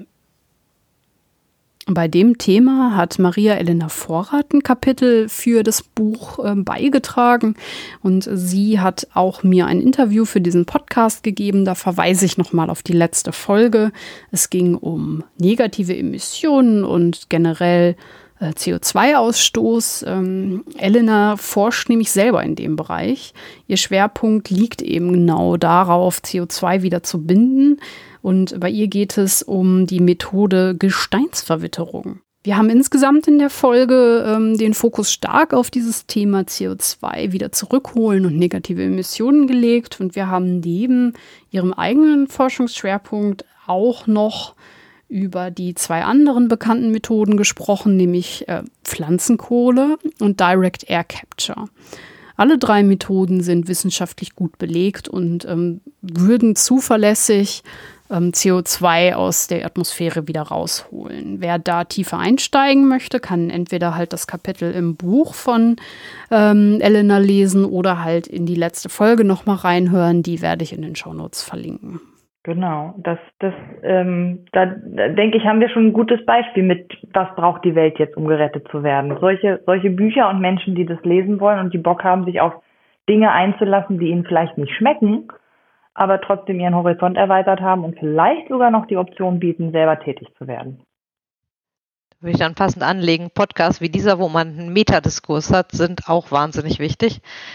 bei dem Thema hat Maria Elena Vorrath ein Kapitel für das Buch beigetragen und sie hat auch mir ein Interview für diesen Podcast gegeben. Da verweise ich nochmal auf die letzte Folge. Es ging um negative Emissionen und generell CO2-Ausstoß. Elena forscht nämlich selber in dem Bereich. Ihr Schwerpunkt liegt eben genau darauf, CO2 wieder zu binden. Und bei ihr geht es um die Methode Gesteinsverwitterung. Wir haben insgesamt in der Folge den Fokus stark auf dieses Thema CO2 wieder zurückholen und negative Emissionen gelegt. Und wir haben neben ihrem eigenen Forschungsschwerpunkt auch noch über die 2 anderen bekannten Methoden gesprochen, nämlich Pflanzenkohle und Direct Air Capture. Alle 3 Methoden sind wissenschaftlich gut belegt und würden zuverlässig CO2 aus der Atmosphäre wieder rausholen. Wer da tiefer einsteigen möchte, kann entweder halt das Kapitel im Buch von Elena lesen oder halt in die letzte Folge nochmal reinhören. Die werde ich in den Shownotes verlinken. Genau, da denke ich, haben wir schon ein gutes Beispiel mit, was braucht die Welt jetzt, um gerettet zu werden. Solche Bücher und Menschen, die das lesen wollen und die Bock haben, sich auf Dinge einzulassen, die ihnen vielleicht nicht schmecken, aber trotzdem ihren Horizont erweitert haben und vielleicht sogar noch die Option bieten, selber tätig zu werden. Da würde ich dann passend anlegen, Podcasts wie dieser, wo man einen Metadiskurs hat, sind auch wahnsinnig wichtig.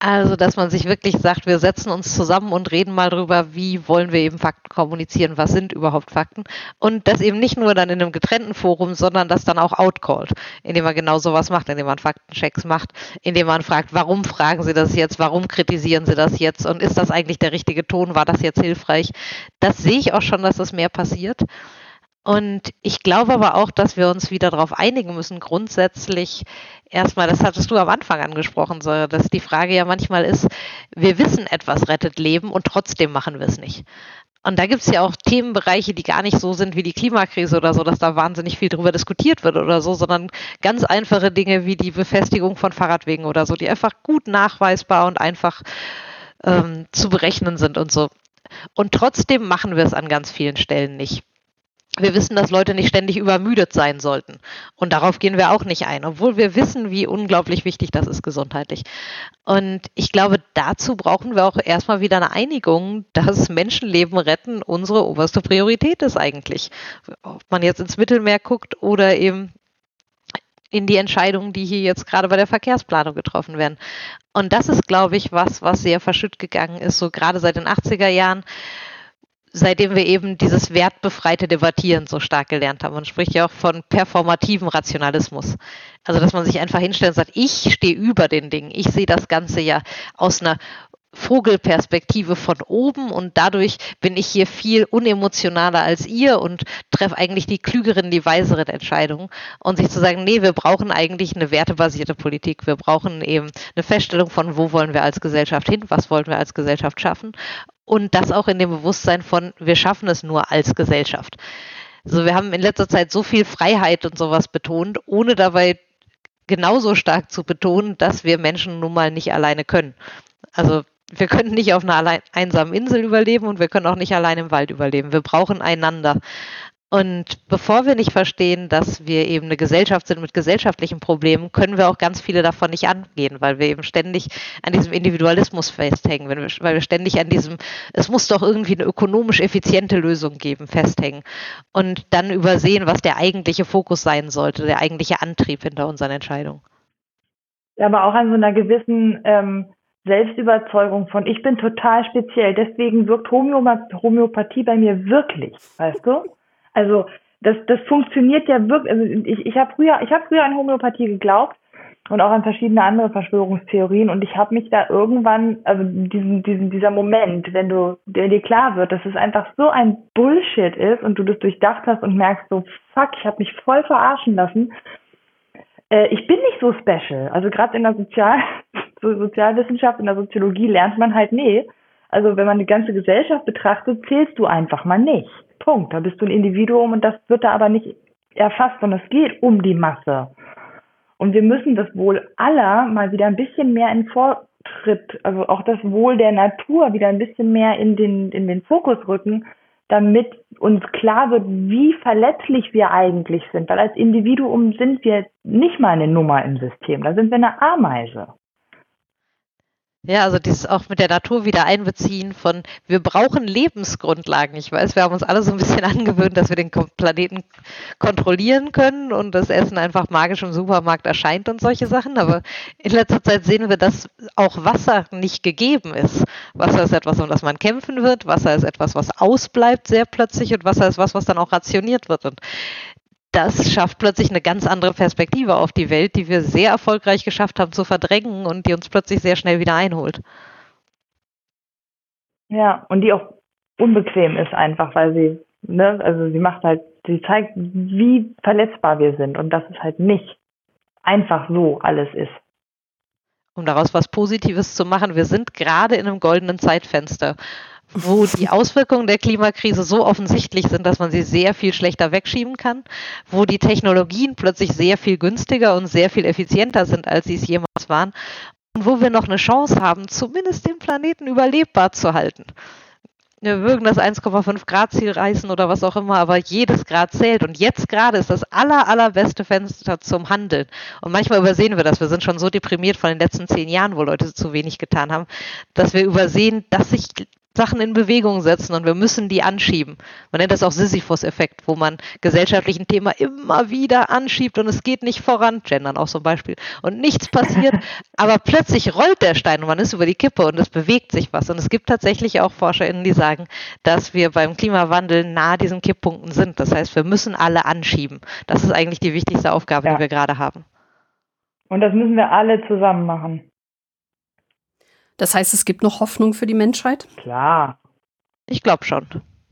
Also, dass man sich wirklich sagt, wir setzen uns zusammen und reden mal drüber, wie wollen wir eben Fakten kommunizieren, was sind überhaupt Fakten. Und das eben nicht nur dann in einem getrennten Forum, sondern das dann auch outcallt, indem man genau sowas macht, indem man Faktenchecks macht, indem man fragt, warum fragen Sie das jetzt, warum kritisieren Sie das jetzt und ist das eigentlich der richtige Ton, war das jetzt hilfreich? Das sehe ich auch schon, dass das mehr passiert. Und ich glaube aber auch, dass wir uns wieder darauf einigen müssen, grundsätzlich erstmal, das hattest du am Anfang angesprochen, so, dass die Frage ja manchmal ist, wir wissen, etwas rettet Leben und trotzdem machen wir es nicht. Und da gibt es ja auch Themenbereiche, die gar nicht so sind wie die Klimakrise oder so, dass da wahnsinnig viel drüber diskutiert wird oder so, sondern ganz einfache Dinge wie die Befestigung von Fahrradwegen oder so, die einfach gut nachweisbar und einfach zu berechnen sind und so. Und trotzdem machen wir es an ganz vielen Stellen nicht. Wir wissen, dass Leute nicht ständig übermüdet sein sollten. Und darauf gehen wir auch nicht ein, obwohl wir wissen, wie unglaublich wichtig das ist gesundheitlich. Und ich glaube, dazu brauchen wir auch erstmal wieder eine Einigung, dass Menschenleben retten unsere oberste Priorität ist eigentlich. Ob man jetzt ins Mittelmeer guckt oder eben in die Entscheidungen, die hier jetzt gerade bei der Verkehrsplanung getroffen werden. Und das ist, glaube ich, was sehr verschütt gegangen ist, so gerade seit den 80er Jahren. Seitdem wir eben dieses wertbefreite Debattieren so stark gelernt haben. Man spricht ja auch von performativen Rationalismus. Also, dass man sich einfach hinstellt und sagt, ich stehe über den Dingen. Ich sehe das Ganze ja aus einer Vogelperspektive von oben und dadurch bin ich hier viel unemotionaler als ihr und treffe eigentlich die klügeren, die weiseren Entscheidungen. Und sich zu sagen, nee, wir brauchen eigentlich eine wertebasierte Politik. Wir brauchen eben eine Feststellung von, wo wollen wir als Gesellschaft hin, was wollen wir als Gesellschaft schaffen. Und das auch in dem Bewusstsein von, wir schaffen es nur als Gesellschaft. Also wir haben in letzter Zeit so viel Freiheit und sowas betont, ohne dabei genauso stark zu betonen, dass wir Menschen nun mal nicht alleine können. Also wir können nicht auf einer einsamen Insel überleben und wir können auch nicht allein im Wald überleben. Wir brauchen einander. Und bevor wir nicht verstehen, dass wir eben eine Gesellschaft sind mit gesellschaftlichen Problemen, können wir auch ganz viele davon nicht angehen, weil wir eben ständig an diesem Individualismus festhängen, weil wir ständig an diesem, es muss doch irgendwie eine ökonomisch effiziente Lösung geben, festhängen und dann übersehen, was der eigentliche Fokus sein sollte, der eigentliche Antrieb hinter unseren Entscheidungen. Aber auch an so einer gewissen Selbstüberzeugung von, ich bin total speziell, deswegen wirkt Homöopathie bei mir wirklich, weißt du? Also das funktioniert ja wirklich. Also ich habe früher an Homöopathie geglaubt und auch an verschiedene andere Verschwörungstheorien und ich habe mich da irgendwann, also dieser Moment, der dir klar wird, dass es einfach so ein Bullshit ist und du das durchdacht hast und merkst so, fuck, ich habe mich voll verarschen lassen. Ich bin nicht so special. Also gerade in der Sozialwissenschaft, in der Soziologie lernt man halt, nee. Also wenn man die ganze Gesellschaft betrachtet, zählst du einfach mal nicht. Punkt. Da bist du ein Individuum und das wird da aber nicht erfasst, sondern es geht um die Masse. Und wir müssen das Wohl aller mal wieder ein bisschen mehr in Vortritt, also auch das Wohl der Natur wieder ein bisschen mehr in den Fokus rücken, damit uns klar wird, wie verletzlich wir eigentlich sind. Weil als Individuum sind wir nicht mal eine Nummer im System, da sind wir eine Ameise. Ja, also dieses auch mit der Natur wieder einbeziehen von, wir brauchen Lebensgrundlagen. Ich weiß, wir haben uns alle so ein bisschen angewöhnt, dass wir den Planeten kontrollieren können und das Essen einfach magisch im Supermarkt erscheint und solche Sachen. Aber in letzter Zeit sehen wir, dass auch Wasser nicht gegeben ist. Wasser ist etwas, um das man kämpfen wird. Wasser ist etwas, was ausbleibt sehr plötzlich und Wasser ist was dann auch rationiert wird. Und das schafft plötzlich eine ganz andere Perspektive auf die Welt, die wir sehr erfolgreich geschafft haben zu verdrängen und die uns plötzlich sehr schnell wieder einholt. Ja, und die auch unbequem ist einfach, weil sie zeigt, wie verletzbar wir sind und dass es halt nicht einfach so alles ist. Um daraus was Positives zu machen, wir sind gerade in einem goldenen Zeitfenster, wo die Auswirkungen der Klimakrise so offensichtlich sind, dass man sie sehr viel schlechter wegschieben kann, wo die Technologien plötzlich sehr viel günstiger und sehr viel effizienter sind, als sie es jemals waren und wo wir noch eine Chance haben, zumindest den Planeten überlebbar zu halten. Wir mögen das 1,5 Grad Ziel reißen oder was auch immer, aber jedes Grad zählt und jetzt gerade ist das allerbeste Fenster zum Handeln. Und manchmal übersehen wir das. Wir sind schon so deprimiert von den letzten 10 Jahren, wo Leute zu wenig getan haben, dass wir übersehen, dass sich Sachen in Bewegung setzen und wir müssen die anschieben. Man nennt das auch Sisyphus-Effekt, wo man gesellschaftlich ein Thema immer wieder anschiebt und es geht nicht voran, Gendern auch zum Beispiel, und nichts passiert, aber plötzlich rollt der Stein und man ist über die Kippe und es bewegt sich was. Und es gibt tatsächlich auch ForscherInnen, die sagen, dass wir beim Klimawandel nahe diesen Kipppunkten sind. Das heißt, wir müssen alle anschieben. Das ist eigentlich die wichtigste Aufgabe, die wir gerade haben. Und das müssen wir alle zusammen machen. Das heißt, es gibt noch Hoffnung für die Menschheit? Klar. Ich glaube schon.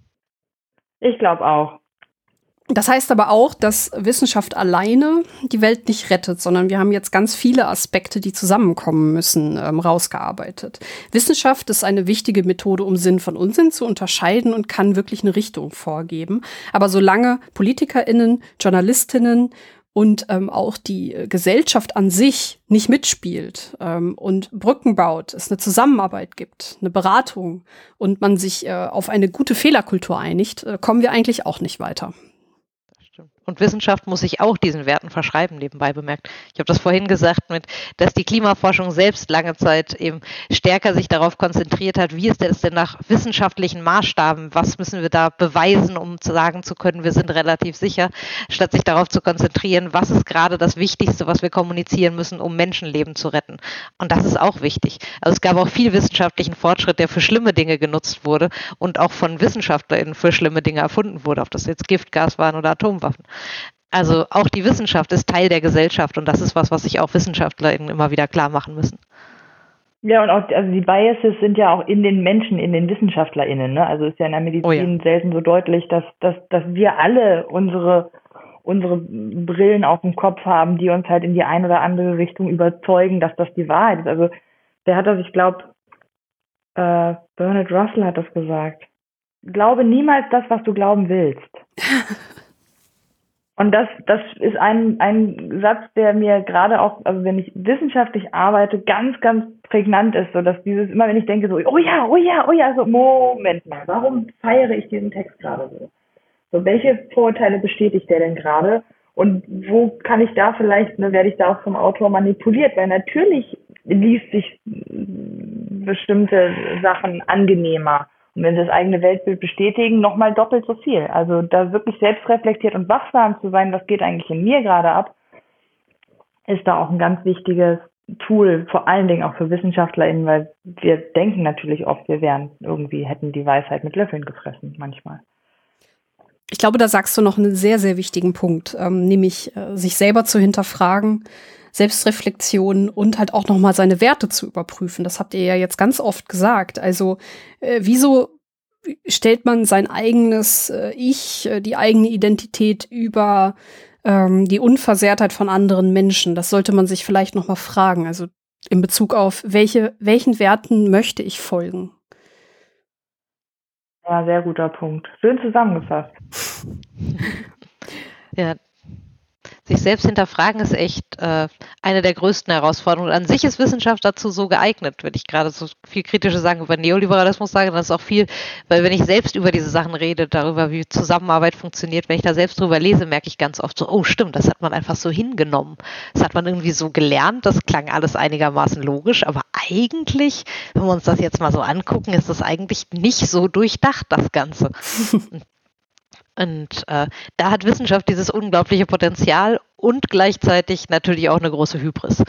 Ich glaube auch. Das heißt aber auch, dass Wissenschaft alleine die Welt nicht rettet, sondern wir haben jetzt ganz viele Aspekte, die zusammenkommen müssen, rausgearbeitet. Wissenschaft ist eine wichtige Methode, um Sinn von Unsinn zu unterscheiden und kann wirklich eine Richtung vorgeben. Aber solange PolitikerInnen, JournalistInnen und auch die Gesellschaft an sich nicht mitspielt und Brücken baut, es eine Zusammenarbeit gibt, eine Beratung und man sich auf eine gute Fehlerkultur einigt, kommen wir eigentlich auch nicht weiter. Und Wissenschaft muss sich auch diesen Werten verschreiben, nebenbei bemerkt. Ich habe das vorhin gesagt, dass die Klimaforschung selbst lange Zeit eben stärker sich darauf konzentriert hat, wie ist es denn nach wissenschaftlichen Maßstaben, was müssen wir da beweisen, um sagen zu können, wir sind relativ sicher, statt sich darauf zu konzentrieren, was ist gerade das Wichtigste, was wir kommunizieren müssen, um Menschenleben zu retten. Und das ist auch wichtig. Also es gab auch viel wissenschaftlichen Fortschritt, der für schlimme Dinge genutzt wurde und auch von WissenschaftlerInnen für schlimme Dinge erfunden wurde, ob das jetzt Giftgas waren oder Atomwaffen. Also auch die Wissenschaft ist Teil der Gesellschaft und das ist was sich auch WissenschaftlerInnen immer wieder klar machen müssen. Ja, und auch also die Biases sind ja auch in den Menschen, in den WissenschaftlerInnen. Ne? Also ist ja in der Medizin selten so deutlich, dass wir alle unsere Brillen auf dem Kopf haben, die uns halt in die eine oder andere Richtung überzeugen, dass das die Wahrheit ist. Also wer hat das, ich glaube, Bernard Russell hat das gesagt. Glaube niemals das, was du glauben willst. Und das ist ein Satz, der mir gerade auch, also wenn ich wissenschaftlich arbeite, ganz, ganz prägnant ist, so dass dieses, immer wenn ich denke so, oh ja, so Moment mal, warum feiere ich diesen Text gerade so? So, welche Vorurteile bestätigt der denn gerade? Und wo kann ich da vielleicht, werde ich da auch vom Autor manipuliert? Weil natürlich liest sich bestimmte Sachen angenehmer. Und wenn sie das eigene Weltbild bestätigen, nochmal doppelt so viel. Also da wirklich selbstreflektiert und wachsam zu sein, was geht eigentlich in mir gerade ab, ist da auch ein ganz wichtiges Tool, vor allen Dingen auch für WissenschaftlerInnen, weil wir denken natürlich oft, wir hätten die Weisheit mit Löffeln gefressen, manchmal. Ich glaube, da sagst du noch einen sehr, sehr wichtigen Punkt, nämlich sich selber zu hinterfragen, Selbstreflexion und halt auch nochmal seine Werte zu überprüfen. Das habt ihr ja jetzt ganz oft gesagt. Also wieso stellt man sein eigenes Ich, die eigene Identität über die Unversehrtheit von anderen Menschen? Das sollte man sich vielleicht nochmal fragen. Also in Bezug auf, welchen Werten möchte ich folgen? Ja, sehr guter Punkt. Schön zusammengefasst. Ja. Sich selbst hinterfragen ist echt eine der größten Herausforderungen. An sich ist Wissenschaft dazu so geeignet. Wenn ich gerade so viel kritische Sachen über Neoliberalismus sage, dann ist auch viel, weil wenn ich selbst über diese Sachen rede, darüber, wie Zusammenarbeit funktioniert, wenn ich da selbst drüber lese, merke ich ganz oft so, oh stimmt, das hat man einfach so hingenommen. Das hat man irgendwie so gelernt, das klang alles einigermaßen logisch, aber eigentlich, wenn wir uns das jetzt mal so angucken, ist das eigentlich nicht so durchdacht, das Ganze. Und da hat Wissenschaft dieses unglaubliche Potenzial und gleichzeitig natürlich auch eine große Hybris.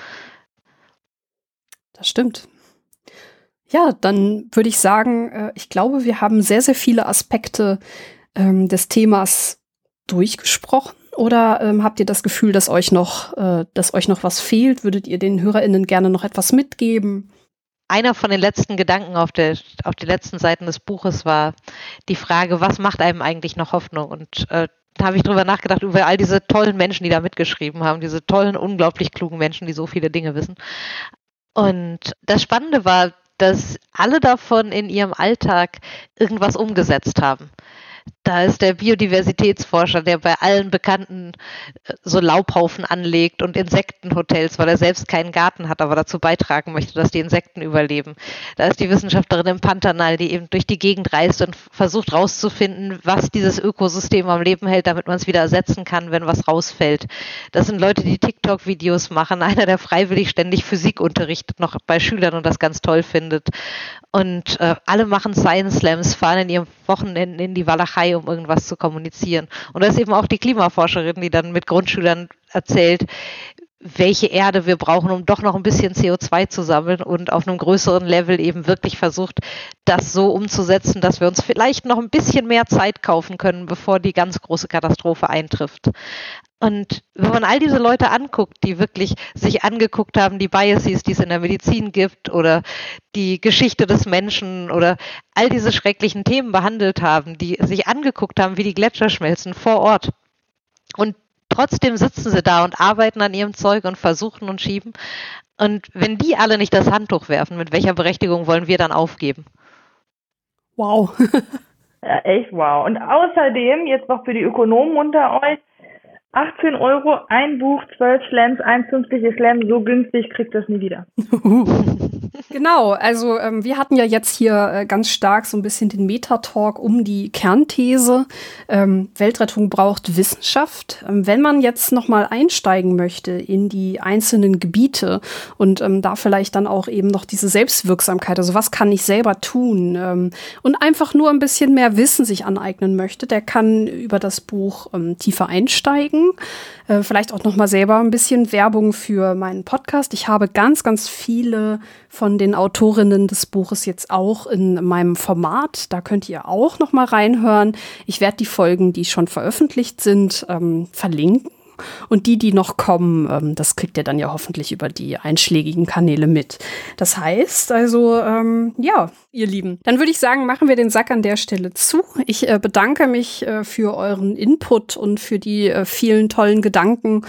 Das stimmt. Ja, dann würde ich sagen, ich glaube, wir haben sehr, sehr viele Aspekte des Themas durchgesprochen. Oder habt ihr das Gefühl, dass euch noch was fehlt? Würdet ihr den HörerInnen gerne noch etwas mitgeben? Einer von den letzten Gedanken auf den letzten Seiten des Buches war die Frage, was macht einem eigentlich noch Hoffnung? Und da habe ich drüber nachgedacht, über all diese tollen Menschen, die da mitgeschrieben haben, diese tollen, unglaublich klugen Menschen, die so viele Dinge wissen. Und das Spannende war, dass alle davon in ihrem Alltag irgendwas umgesetzt haben. Da ist der Biodiversitätsforscher, der bei allen Bekannten so Laubhaufen anlegt und Insektenhotels, weil er selbst keinen Garten hat, aber dazu beitragen möchte, dass die Insekten überleben. Da ist die Wissenschaftlerin im Pantanal, die eben durch die Gegend reist und versucht rauszufinden, was dieses Ökosystem am Leben hält, damit man es wieder ersetzen kann, wenn was rausfällt. Das sind Leute, die TikTok-Videos machen. Einer, der freiwillig ständig Physik unterrichtet, noch bei Schülern und das ganz toll findet. Und alle machen Science Slams, fahren in ihren Wochenenden in die Walachei, um irgendwas zu kommunizieren. Und da ist eben auch die Klimaforscherin, die dann mit Grundschülern erzählt, welche Erde wir brauchen, um doch noch ein bisschen CO2 zu sammeln und auf einem größeren Level eben wirklich versucht, das so umzusetzen, dass wir uns vielleicht noch ein bisschen mehr Zeit kaufen können, bevor die ganz große Katastrophe eintrifft. Und wenn man all diese Leute anguckt, die wirklich sich angeguckt haben, die Biases, die es in der Medizin gibt oder die Geschichte des Menschen oder all diese schrecklichen Themen behandelt haben, die sich angeguckt haben, wie die Gletscher schmelzen vor Ort. Und trotzdem sitzen sie da und arbeiten an ihrem Zeug und versuchen und schieben. Und wenn die alle nicht das Handtuch werfen, mit welcher Berechtigung wollen wir dann aufgeben? Wow. Ja, echt wow. Und außerdem, jetzt noch für die Ökonomen unter euch, 18 €, ein Buch, 12 Slams, 51 Slam, so günstig kriegt das nie wieder. Genau, also wir hatten ja jetzt hier ganz stark so ein bisschen den Metatalk um die Kernthese, Weltrettung braucht Wissenschaft. Wenn man jetzt nochmal einsteigen möchte in die einzelnen Gebiete und da vielleicht dann auch eben noch diese Selbstwirksamkeit, also was kann ich selber tun und einfach nur ein bisschen mehr Wissen sich aneignen möchte, der kann über das Buch tiefer einsteigen. Vielleicht auch noch mal selber ein bisschen Werbung für meinen Podcast. Ich habe ganz, ganz viele von den Autorinnen des Buches jetzt auch in meinem Format. Da könnt ihr auch noch mal reinhören. Ich werde die Folgen, die schon veröffentlicht sind, verlinken. Und die noch kommen, das kriegt ihr dann ja hoffentlich über die einschlägigen Kanäle mit. Das heißt also, ja, ihr Lieben, dann würde ich sagen, machen wir den Sack an der Stelle zu. Ich bedanke mich für euren Input und für die vielen tollen Gedanken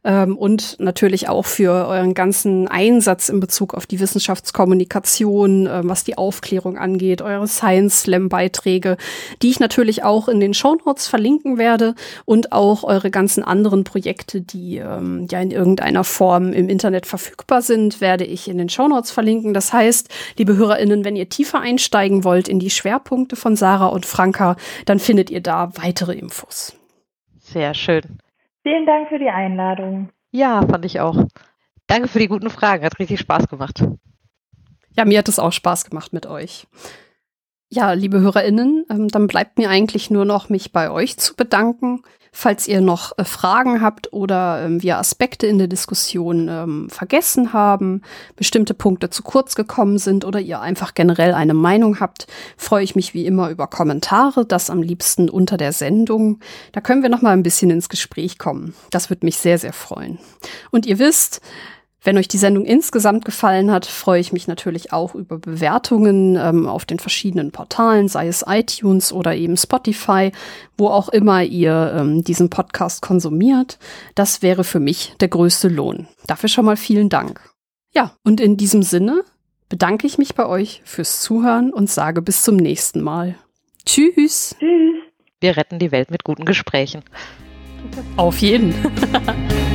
und natürlich auch für euren ganzen Einsatz in Bezug auf die Wissenschaftskommunikation, was die Aufklärung angeht, eure Science-Slam-Beiträge, die ich natürlich auch in den Shownotes verlinken werde und auch eure ganzen anderen Projekte, die ja in irgendeiner Form im Internet verfügbar sind, werde ich in den Shownotes verlinken. Das heißt, liebe HörerInnen, wenn ihr tiefer einsteigen wollt in die Schwerpunkte von Sarah und Franka, dann findet ihr da weitere Infos. Sehr schön. Vielen Dank für die Einladung. Ja, fand ich auch. Danke für die guten Fragen, hat richtig Spaß gemacht. Ja, mir hat es auch Spaß gemacht mit euch. Ja, liebe HörerInnen, dann bleibt mir eigentlich nur noch, mich bei euch zu bedanken. Falls ihr noch Fragen habt oder wir Aspekte in der Diskussion vergessen haben, bestimmte Punkte zu kurz gekommen sind oder ihr einfach generell eine Meinung habt, freue ich mich wie immer über Kommentare, das am liebsten unter der Sendung. Da können wir noch mal ein bisschen ins Gespräch kommen. Das würde mich sehr, sehr freuen. Und ihr wisst, wenn euch die Sendung insgesamt gefallen hat, freue ich mich natürlich auch über Bewertungen auf den verschiedenen Portalen, sei es iTunes oder eben Spotify, wo auch immer ihr diesen Podcast konsumiert. Das wäre für mich der größte Lohn. Dafür schon mal vielen Dank. Ja, und in diesem Sinne bedanke ich mich bei euch fürs Zuhören und sage bis zum nächsten Mal. Tschüss. Tschüss. Wir retten die Welt mit guten Gesprächen. Auf jeden.